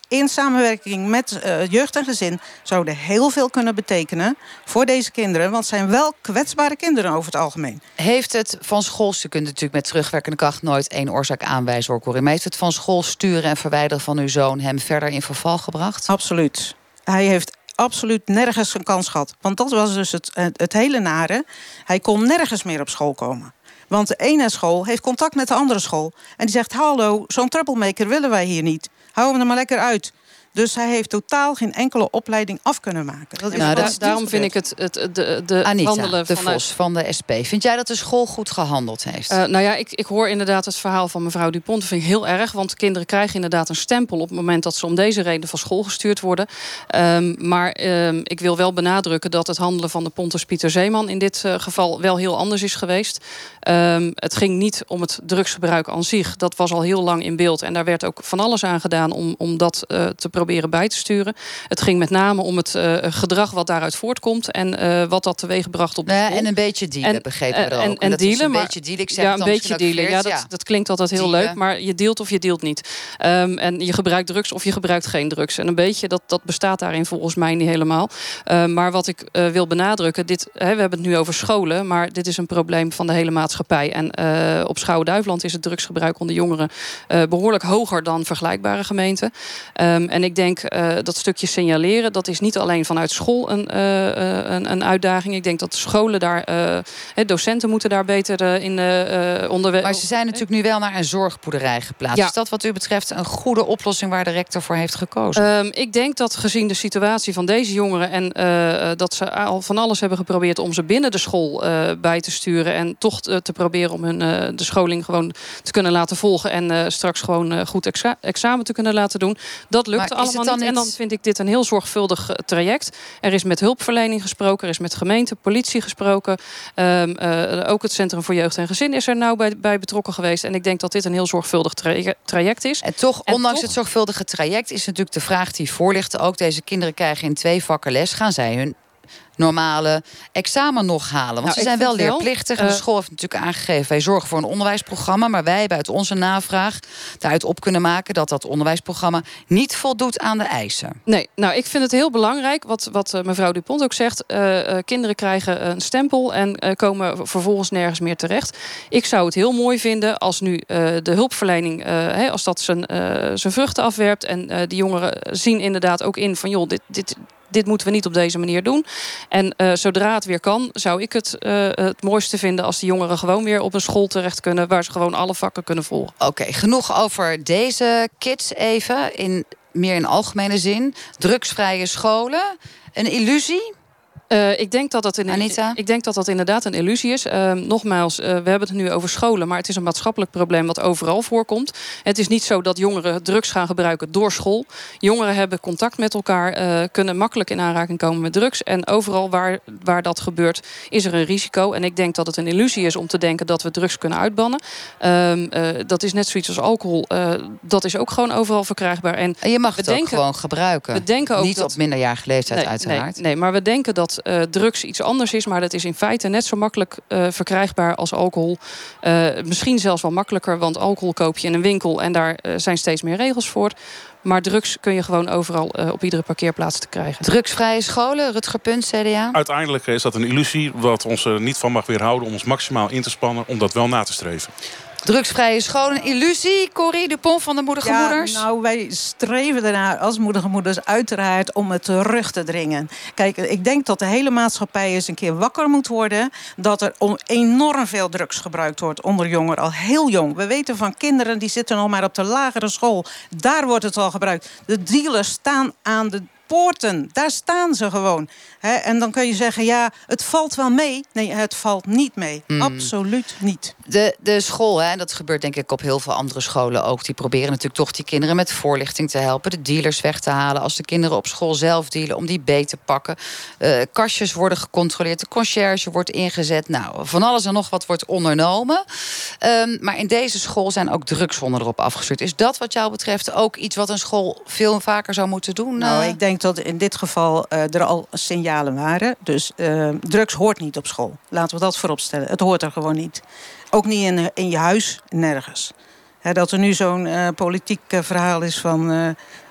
in samenwerking met uh, jeugd en gezin zouden heel veel kunnen betekenen voor deze kinderen. Want het zijn wel kwetsbare kinderen over het algemeen. Heeft het van school, je kunt natuurlijk met terugwerkende kracht nooit één oorzaak aanwijzen, hoor, Corrie. Maar heeft het van school sturen en verwijderen van uw zoon hem verder in verval gebracht? Absoluut. Hij heeft absoluut nergens een kans gehad. Want dat was dus het, het, het hele nare. Hij kon nergens meer op school komen. Want de ene school heeft contact met de andere school. En die zegt, hallo, zo'n troublemaker willen wij hier niet. Hou hem er maar lekker uit. Dus hij heeft totaal geen enkele opleiding af kunnen maken. Dat is nou, dat, dat, daarom vind ik het, het de, de Anita, handelen de vanuit... Vos van de S P. Vind jij dat de school goed gehandeld heeft? Uh, nou ja, ik, ik hoor inderdaad het verhaal van mevrouw Dupont. Dat vind ik heel erg, want kinderen krijgen inderdaad een stempel op het moment dat ze om deze reden van school gestuurd worden. Um, maar um, ik wil wel benadrukken dat het handelen van de Pontus Pieter Zeeman in dit uh, geval wel heel anders is geweest. Um, het ging niet om het drugsgebruik aan zich. Dat was al heel lang in beeld. En daar werd ook van alles aan gedaan om, om dat uh, te proberen bij te sturen. Het ging met name om het uh, gedrag wat daaruit voortkomt en uh, wat dat teweegbracht op de ja, school. En een beetje dealen, en, begrepen we en, ook. En, en dat dealen, is een maar, beetje dealen. Ik zeg ja, het een dan beetje dealen. verkeerd, Ja, dat, ja. dat klinkt altijd heel dealen. leuk, maar je dealt of je dealt niet. Um, en je gebruikt drugs of je gebruikt geen drugs. En een beetje, dat, dat bestaat daarin volgens mij niet helemaal. Uh, maar wat ik uh, wil benadrukken, dit, hè, we hebben het nu over scholen, maar dit is een probleem van de hele maatschappij. En uh, op Schouwen-Duiveland is het drugsgebruik onder jongeren uh, behoorlijk hoger dan vergelijkbare gemeenten. Um, en ik denk uh, dat stukje signaleren, dat is niet alleen vanuit school een, uh, een, een uitdaging. Ik denk dat de scholen daar, uh, docenten moeten daar beter uh, in uh, onderwijs. Maar ze zijn natuurlijk nu wel naar een zorgpoederij geplaatst. Ja. Is dat wat u betreft een goede oplossing waar de rector voor heeft gekozen? Um, ik denk dat gezien de situatie van deze jongeren en uh, dat ze al van alles hebben geprobeerd om ze binnen de school uh, bij te sturen en toch uh, te proberen om hun uh, de scholing gewoon te kunnen laten volgen en uh, straks gewoon uh, goed exa examen te kunnen laten doen. Dat lukt allemaal niet. niet. En dan vind ik dit een heel zorgvuldig uh, traject. Er is met hulpverlening gesproken, er is met gemeente, politie gesproken. Um, uh, ook het Centrum voor Jeugd en Gezin is er nauw bij, bij betrokken geweest. En ik denk dat dit een heel zorgvuldig tra traject is. En toch, en ondanks toch... het zorgvuldige traject, is natuurlijk de vraag die voor ligt ook. Deze kinderen krijgen in twee vakken les. Gaan zij hun normale examen nog halen? Want nou, ze zijn wel leerplichtig. En de school heeft natuurlijk aangegeven, wij zorgen voor een onderwijsprogramma, maar wij hebben uit onze navraag daaruit op kunnen maken dat dat onderwijsprogramma niet voldoet aan de eisen. Nee, nou ik vind het heel belangrijk, wat, wat uh, mevrouw Dupont ook zegt. Uh, uh, kinderen krijgen een stempel en uh, komen vervolgens nergens meer terecht. Ik zou het heel mooi vinden als nu uh, de hulpverlening, uh, hè, als dat zijn, uh, zijn vruchten afwerpt en uh, die jongeren zien inderdaad ook in van joh, dit, dit Dit moeten we niet op deze manier doen. En uh, zodra het weer kan, zou ik het uh, het mooiste vinden als de jongeren gewoon weer op een school terecht kunnen, waar ze gewoon alle vakken kunnen volgen. Oké, okay, genoeg over deze kids even, in meer in algemene zin. Drugsvrije scholen, een illusie? Uh, ik, denk dat dat in, Anita? ik denk dat dat inderdaad een illusie is. Uh, nogmaals, uh, we hebben het nu over scholen, maar het is een maatschappelijk probleem wat overal voorkomt. Het is niet zo dat jongeren drugs gaan gebruiken door school. Jongeren hebben contact met elkaar, uh, kunnen makkelijk in aanraking komen met drugs. En overal waar, waar dat gebeurt, is er een risico. En ik denk dat het een illusie is om te denken dat we drugs kunnen uitbannen. Uh, uh, dat is net zoiets als alcohol. Uh, dat is ook gewoon overal verkrijgbaar. En, en je mag we het denken, ook gewoon gebruiken. We denken ook niet dat, op minderjarige leeftijd, nee, uiteraard. Nee, nee, maar we denken dat Uh, drugs iets anders is, maar dat is in feite net zo makkelijk uh, verkrijgbaar als alcohol. Uh, misschien zelfs wel makkelijker, want alcohol koop je in een winkel en daar uh, zijn steeds meer regels voor. Maar drugs kun je gewoon overal uh, op iedere parkeerplaats te krijgen. Drugsvrije scholen, Rutger Punt, C D A? Uiteindelijk is dat een illusie wat ons er niet van mag weerhouden om ons maximaal in te spannen om dat wel na te streven. Drugsvrije scholen, illusie, Corrie Dupont van de Moedige ja, Moeders? Nou, wij streven ernaar als Moedige Moeders uiteraard om het terug te dringen. Kijk, ik denk dat de hele maatschappij eens een keer wakker moet worden dat er enorm veel drugs gebruikt wordt onder jongeren, al heel jong. We weten van kinderen die zitten nog maar op de lagere school. Daar wordt het al gebruikt. De dealers staan aan de poorten, daar staan ze gewoon. He, en dan kun je zeggen, ja, het valt wel mee. Nee, het valt niet mee. Mm. Absoluut niet. De, de school, hè, dat gebeurt denk ik op heel veel andere scholen ook. Die proberen natuurlijk toch die kinderen met voorlichting te helpen. De dealers weg te halen. Als de kinderen op school zelf dealen, om die beet te pakken. Uh, kastjes worden gecontroleerd. De conciërge wordt ingezet. Nou, van alles en nog wat wordt ondernomen. Um, maar in deze school zijn ook drugshonden erop afgestuurd. Is dat wat jou betreft ook iets wat een school veel vaker zou moeten doen? Nou, ik denk dat in dit geval uh, er al signalen waren. Dus uh, drugs hoort niet op school. Laten we dat voorop stellen. Het hoort er gewoon niet. Ook niet in, in je huis, nergens. He, dat er nu zo'n uh, politiek uh, verhaal is van Uh,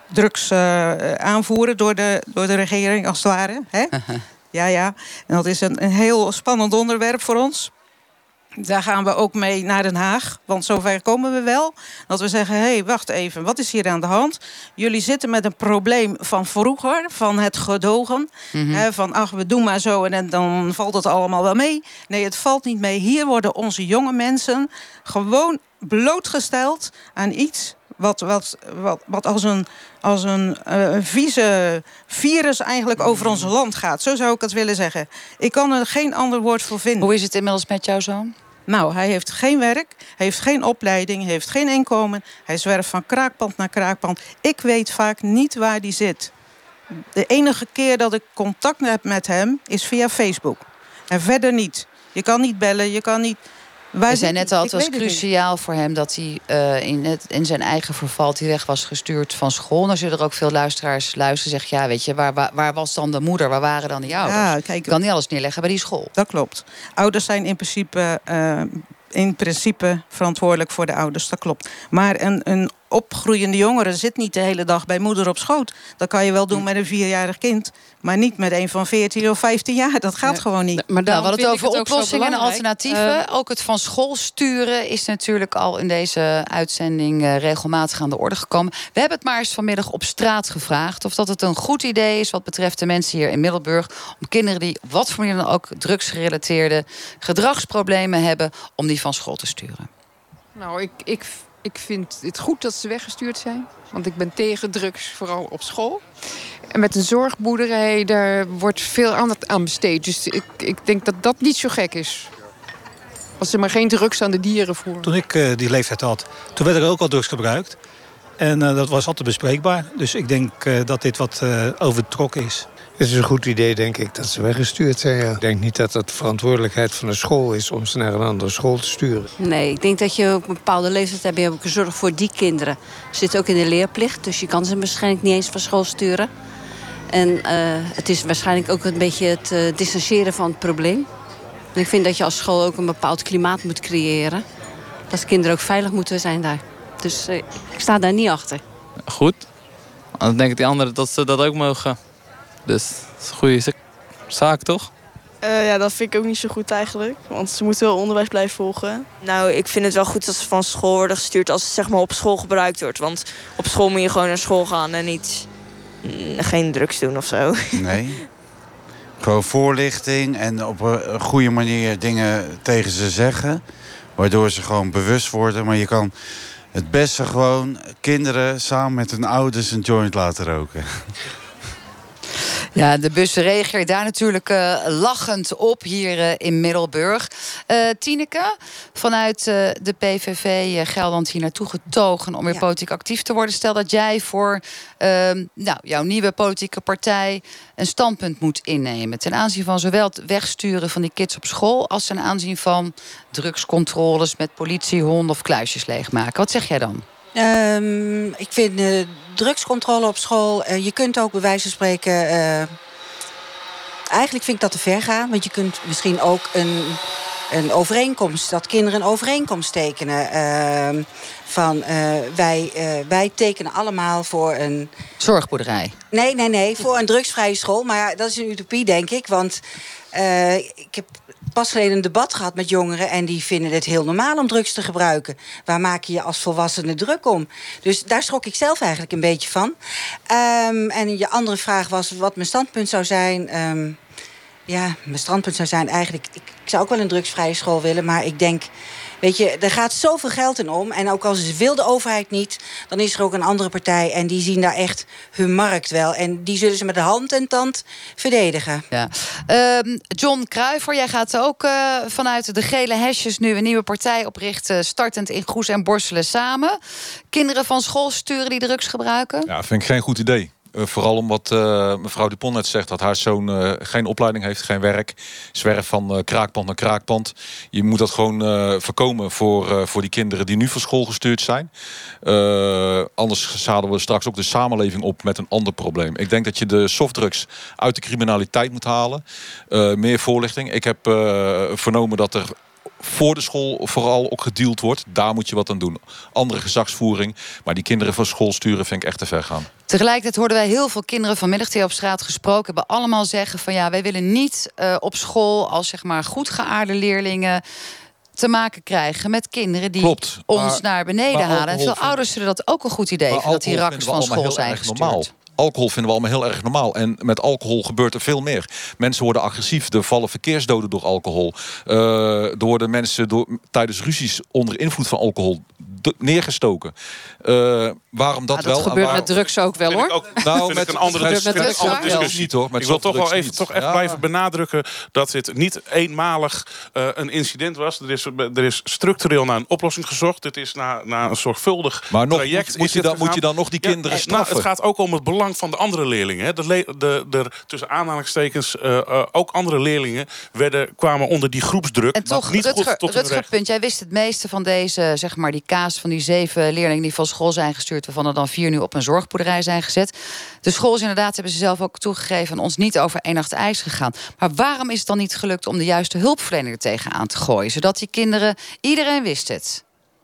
drugs uh, aanvoeren door de, door de regering, als het ware. Hè? Ja, ja. En dat is een, een heel spannend onderwerp voor ons. Daar gaan we ook mee naar Den Haag. Want zover komen we wel. Dat we zeggen, hé, hey, wacht even. Wat is hier aan de hand? Jullie zitten met een probleem van vroeger. Van het gedogen. Mm-hmm. Hè, van, ach, we doen maar zo en dan valt het allemaal wel mee. Nee, het valt niet mee. Hier worden onze jonge mensen gewoon blootgesteld aan iets... Wat, wat, wat, wat als een, als een uh, vieze virus eigenlijk over ons land gaat. Zo zou ik het willen zeggen. Ik kan er geen ander woord voor vinden. Hoe is het inmiddels met jouw zoon? Nou, hij heeft geen werk, hij heeft geen opleiding, hij heeft geen inkomen. Hij zwerft van kraakpand naar kraakpand. Ik weet vaak niet waar hij zit. De enige keer dat ik contact heb met hem is via Facebook. En verder niet. Je kan niet bellen, je kan niet... Wij zijn net al, het was cruciaal voor hem dat hij uh, in, het, in zijn eigen verval die weg was gestuurd van school. En als je er ook veel luisteraars luisteren, zeg ja, weet je, waar, waar, waar was dan de moeder? Waar waren dan die ouders? Ja, kijk, je kan niet alles neerleggen bij die school. Dat klopt. Ouders zijn in principe, uh, in principe verantwoordelijk voor de ouders, dat klopt. Maar een, een opgroeiende jongere zit niet de hele dag bij moeder op schoot. Dat kan je wel doen met een vierjarig kind. Maar niet met een van veertien of vijftien jaar. Dat gaat ja. gewoon niet. Maar nou, we hadden het over oplossingen en alternatieven. Uh, ook het van school sturen is natuurlijk al in deze uitzending uh, regelmatig aan de orde gekomen. We hebben het maar eens vanmiddag op straat gevraagd of dat het een goed idee is wat betreft de mensen hier in Middelburg, om kinderen die op wat voor manier dan ook drugsgerelateerde gedragsproblemen hebben, om die van school te sturen. Nou, ik, ik, ik vind het goed dat ze weggestuurd zijn. Want ik ben tegen drugs, vooral op school. En met een zorgboerderij, daar wordt veel aandacht aan besteed. Dus ik, ik denk dat dat niet zo gek is. Als ze maar geen drugs aan de dieren voeren. Toen ik uh, die leeftijd had, toen werd er ook al drugs gebruikt. En uh, dat was altijd bespreekbaar. Dus ik denk uh, dat dit wat uh, overtrokken is. Het is een goed idee, denk ik, dat ze weggestuurd zijn. Ja. Ik denk niet dat het de verantwoordelijkheid van de school is om ze naar een andere school te sturen. Nee, ik denk dat je op een bepaalde leeftijd hebt. Je hebt ook een zorg voor die kinderen. Ze zitten ook in de leerplicht, dus je kan ze waarschijnlijk niet eens van school sturen. En uh, het is waarschijnlijk ook een beetje het uh, distancieren van het probleem. En ik vind dat je als school ook een bepaald klimaat moet creëren. Dat kinderen ook veilig moeten zijn daar. Dus uh, ik sta daar niet achter. Goed. Dan denken die anderen dat ze dat ook mogen. Dus dat is een goede zaak, toch? Uh, ja, dat vind ik ook niet zo goed eigenlijk. Want ze moeten wel onderwijs blijven volgen. Nou, ik vind het wel goed dat ze van school worden gestuurd als het zeg maar op school gebruikt wordt. Want op school moet je gewoon naar school gaan en niet mm, geen drugs doen of zo. Nee. Gewoon voorlichting en op een goede manier dingen tegen ze zeggen. Waardoor ze gewoon bewust worden. Maar je kan het beste gewoon kinderen samen met hun ouders een joint laten roken. Ja, de bus reageert daar natuurlijk uh, lachend op hier uh, in Middelburg. Uh, Tineke, vanuit uh, de P V V uh, Gelderland hier naartoe getogen om weer ja. politiek actief te worden. Stel dat jij voor uh, nou, jouw nieuwe politieke partij een standpunt moet innemen ten aanzien van zowel het wegsturen van die kids op school als ten aanzien van drugscontroles met politiehonden of kluisjes leegmaken. Wat zeg jij dan? Um, ik vind uh, drugscontrole op school, uh, je kunt ook bij wijze van spreken, uh, eigenlijk vind ik dat te ver gaan. Want je kunt misschien ook een, een overeenkomst, dat kinderen een overeenkomst tekenen. Uh, van uh, wij, uh, wij tekenen allemaal voor een... Zorgboerderij? Nee, nee, nee, voor een drugsvrije school. Maar ja, dat is een utopie, denk ik. Want uh, ik heb pas geleden een debat gehad met jongeren en die vinden het heel normaal om drugs te gebruiken. Waar maak je je als volwassene druk om? Dus daar schrok ik zelf eigenlijk een beetje van. Um, en je andere vraag was wat mijn standpunt zou zijn. Um, ja, mijn standpunt zou zijn eigenlijk, ik, ik zou ook wel een drugsvrije school willen, maar ik denk, weet je, er gaat zoveel geld in om. En ook als wil de overheid niet, dan is er ook een andere partij en die zien daar echt hun markt wel. En die zullen ze met de hand en tand verdedigen. Ja. Uh, John Kruijver, jij gaat ook uh, vanuit de gele hesjes nu een nieuwe partij oprichten, startend in Goes en Borselen samen. Kinderen van school sturen die drugs gebruiken? Ja, vind ik geen goed idee. Uh, vooral omdat uh, mevrouw Dupont net zegt dat haar zoon uh, geen opleiding heeft, geen werk. Zwerft van uh, kraakpand naar kraakpand. Je moet dat gewoon uh, voorkomen voor, uh, voor die kinderen die nu van school gestuurd zijn. Uh, anders zadelen we straks ook de samenleving op met een ander probleem. Ik denk dat je de softdrugs uit de criminaliteit moet halen. Uh, meer voorlichting. Ik heb uh, vernomen dat er voor de school vooral ook gedeeld wordt. Daar moet je wat aan doen. Andere gezagsvoering. Maar die kinderen van school sturen vind ik echt te ver gaan. Tegelijkertijd hoorden wij heel veel kinderen vanmiddag die op straat gesproken hebben. Allemaal zeggen van ja, wij willen niet uh, op school als zeg maar goed geaarde leerlingen te maken krijgen met kinderen die Klopt, ons maar, naar beneden halen. En veel vind... ouders zullen dat ook een goed idee vinden, dat die rakkers van school zijn gestuurd. Normaal. Alcohol vinden we allemaal heel erg normaal. En met alcohol gebeurt er veel meer. Mensen worden agressief. Er vallen verkeersdoden door alcohol. Uh, er worden mensen door, tijdens ruzies onder invloed van alcohol neergestoken. Uh, waarom dat, ja, dat wel? Dat gebeurt waar... met drugs ook wel, hoor. Ook, nou, met een andere, dis met andere discussie. Niet, hoor, ik wil toch wel even toch echt ja. blijven benadrukken dat dit niet eenmalig uh, een incident was. Er is, er is structureel naar een oplossing gezocht. Dit is naar, naar een zorgvuldig maar nog, traject. Moet, moet, je dan, moet je dan nog die ja, kinderen straffen? Nou, het gaat ook om het belang van de andere leerlingen. Hè. De, de, de, tussen aanhalingstekens, uh, uh, ook andere leerlingen werden, kwamen onder die groepsdruk. En toch, niet Rutger, goed tot Rutger punt, jij wist het meeste van deze, zeg maar, die kaas van die zeven leerlingen die van school zijn gestuurd, waarvan er dan vier nu op een zorgboerderij zijn gezet. De school is inderdaad, hebben ze zelf ook toegegeven, ons niet over één nacht ijs gegaan. Maar waarom is het dan niet gelukt om de juiste hulpverlening er tegenaan te gooien? Zodat die kinderen, iedereen wist het.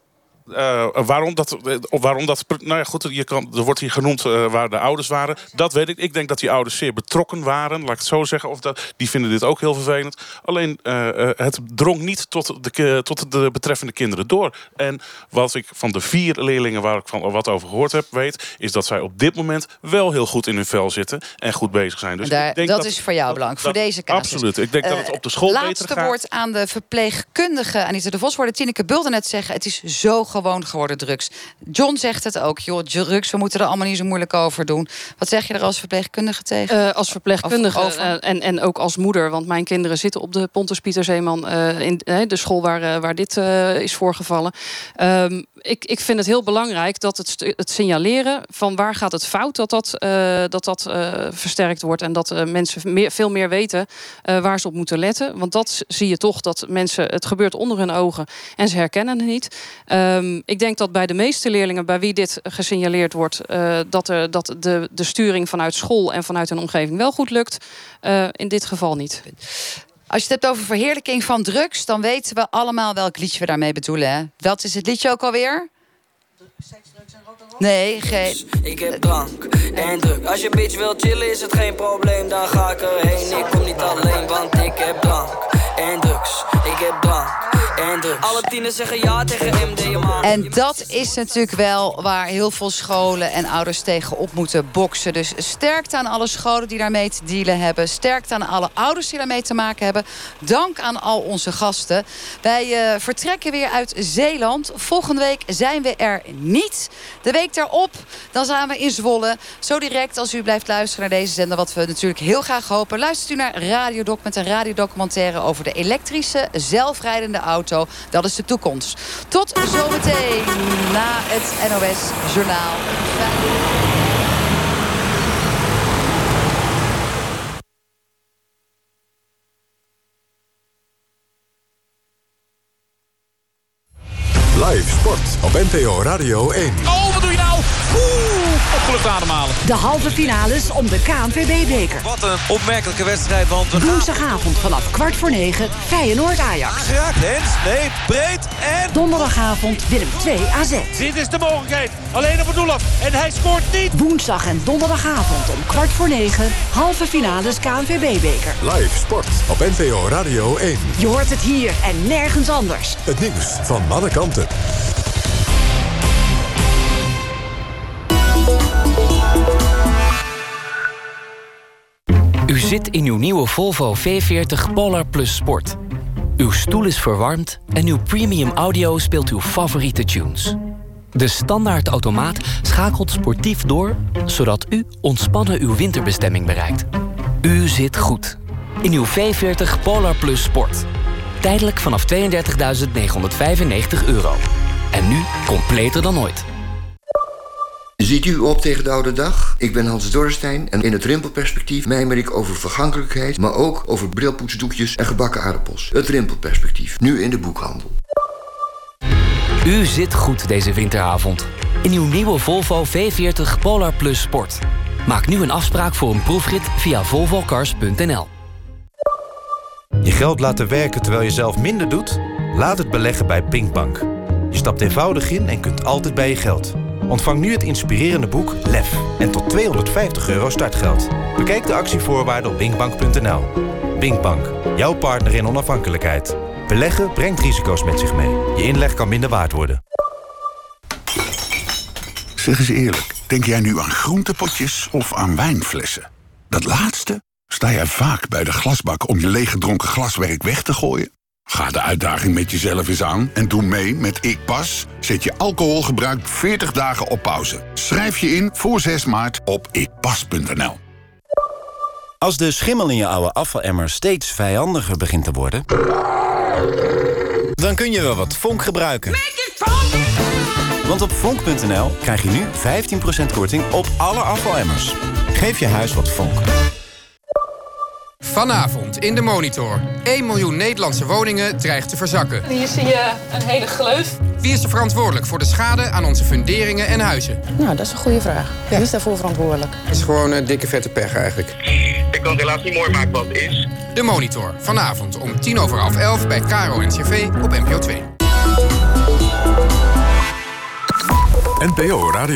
Uh, waarom dat, waarom dat, nou ja, goed, je kan, er wordt hier genoemd uh, waar de ouders waren. Dat weet ik. Ik denk dat die ouders zeer betrokken waren, laat ik het zo zeggen. Of dat, die vinden dit ook heel vervelend. Alleen, uh, uh, het drong niet tot de, tot de betreffende kinderen door. En wat ik van de vier leerlingen waar ik van wat over gehoord heb, weet, is dat zij op dit moment wel heel goed in hun vel zitten en goed bezig zijn. Dus Daar, ik denk dat, dat is voor jou belangrijk, voor deze casus. Absoluut. Ik denk uh, dat het op de school beter gaat. Laatste woord aan de verpleegkundige Anita de Vos. Hoorde Tineke Bulder net zeggen, het is zo gewoon geworden, drugs. John zegt het ook, joh, drugs, we moeten er allemaal niet zo moeilijk over doen. Wat zeg je er als verpleegkundige tegen? Uh, als verpleegkundige uh, en, en ook als moeder, want mijn kinderen zitten op de Pontus Pieter Zeeman, uh, in uh, de school waar, uh, waar dit uh, is voorgevallen. Um, ik, ik vind het heel belangrijk dat het, het signaleren van waar gaat het fout, dat dat, uh, dat, dat uh, versterkt wordt en dat uh, mensen meer, veel meer weten uh, waar ze op moeten letten. Want dat zie je toch, dat mensen, het gebeurt onder hun ogen en ze herkennen het niet. Um, ik denk dat bij de meeste leerlingen bij wie dit gesignaleerd wordt, uh, dat, er, dat de, de sturing vanuit school en vanuit hun omgeving wel goed lukt. Uh, in dit geval niet. Als je het hebt over verheerlijking van drugs, dan weten we allemaal welk liedje we daarmee bedoelen. Hè? Wat is het liedje ook alweer? Seks, drugs en rock'n'roll? Nee, geen. Ik heb drank en druk. Als je bitch wil chillen is het geen probleem, dan ga ik erheen. Ik kom niet alleen, want ik heb drank en drugs. Ik heb drank en drugs. Alle tieners zeggen ja tegen M D M A. En dat is natuurlijk wel waar heel veel scholen en ouders tegen op moeten boksen. Dus sterkte aan alle scholen die daarmee te dealen hebben. Sterkte aan alle ouders die daarmee te maken hebben. Dank aan al onze gasten. Wij uh, vertrekken weer uit Zeeland. Volgende week zijn we er niet. De week daarop, dan zijn we in Zwolle. Zo direct als u blijft luisteren naar deze zender, wat we natuurlijk heel graag hopen. Luistert u naar Radiodoc met een radiodocumentaire over de elektrische, zelfrijdende auto. Dat is de toekomst. Tot zometeen na het N O S-journaal. Live sport op N P O Radio één. Oh, wat doe je nou? Oeh, opgelucht ademhalen. De halve finales om de K N V B-beker. Wat een opmerkelijke wedstrijd. Want woensdagavond vanaf kwart voor negen Feyenoord-Ajax. Aangeraakt, Hens, nee, breed en... Donderdagavond Willem twee A Z. Dit is de mogelijkheid. Alleen op het doel af. En hij scoort niet. Woensdag en donderdagavond om kwart voor negen halve finales K N V B-beker. Live sport op N P O Radio één. Je hoort het hier en nergens anders. Het nieuws van alle kanten. U zit in uw nieuwe Volvo V veertig Polar Plus Sport. Uw stoel is verwarmd en uw premium audio speelt uw favoriete tunes. De standaard automaat schakelt sportief door, zodat u ontspannen uw winterbestemming bereikt. U zit goed in uw V veertig Polar Plus Sport. Tijdelijk vanaf tweeëndertigduizend negenhonderdvijfennegentig euro. En nu completer dan ooit. Ziet u op tegen de oude dag? Ik ben Hans Dorrestein en in het Rimpelperspectief mijmer ik over vergankelijkheid, maar ook over brilpoetsdoekjes en gebakken aardappels. Het Rimpelperspectief, nu in de boekhandel. U zit goed deze winteravond in uw nieuwe Volvo V veertig Polar Plus Sport. Maak nu een afspraak voor een proefrit via volvocars punt n l. Je geld laten werken terwijl je zelf minder doet? Laat het beleggen bij Pinkbank. Je stapt eenvoudig in en kunt altijd bij je geld. Ontvang nu het inspirerende boek Lef en tot tweehonderdvijftig euro startgeld. Bekijk de actievoorwaarden op binkbank punt n l. Binkbank, jouw partner in onafhankelijkheid. Beleggen brengt risico's met zich mee. Je inleg kan minder waard worden. Zeg eens eerlijk, denk jij nu aan groentepotjes of aan wijnflessen? Dat laatste? Sta jij vaak bij de glasbak om je leeggedronken glaswerk weg te gooien? Ga de uitdaging met jezelf eens aan en doe mee met Ik Pas. Zet je alcoholgebruik veertig dagen op pauze. Schrijf je in voor zes maart op ikpas punt n l. Als de schimmel in je oude afvalemmer steeds vijandiger begint te worden, dan kun je wel wat Vonk gebruiken. Want op vonk punt n l krijg je nu vijftien procent korting op alle afvalemmers. Geef je huis wat Vonk. Vanavond in de Monitor. één miljoen Nederlandse woningen dreigt te verzakken. Hier zie je een hele gleuf. Wie is er verantwoordelijk voor de schade aan onze funderingen en huizen? Nou, dat is een goede vraag. Wie is daarvoor verantwoordelijk? Het is gewoon een dikke vette pech eigenlijk. Ik kan het helaas niet mooi maken wat het is. De Monitor. Vanavond om tien over half elf bij Caro en C V op N P O twee. N P O Radio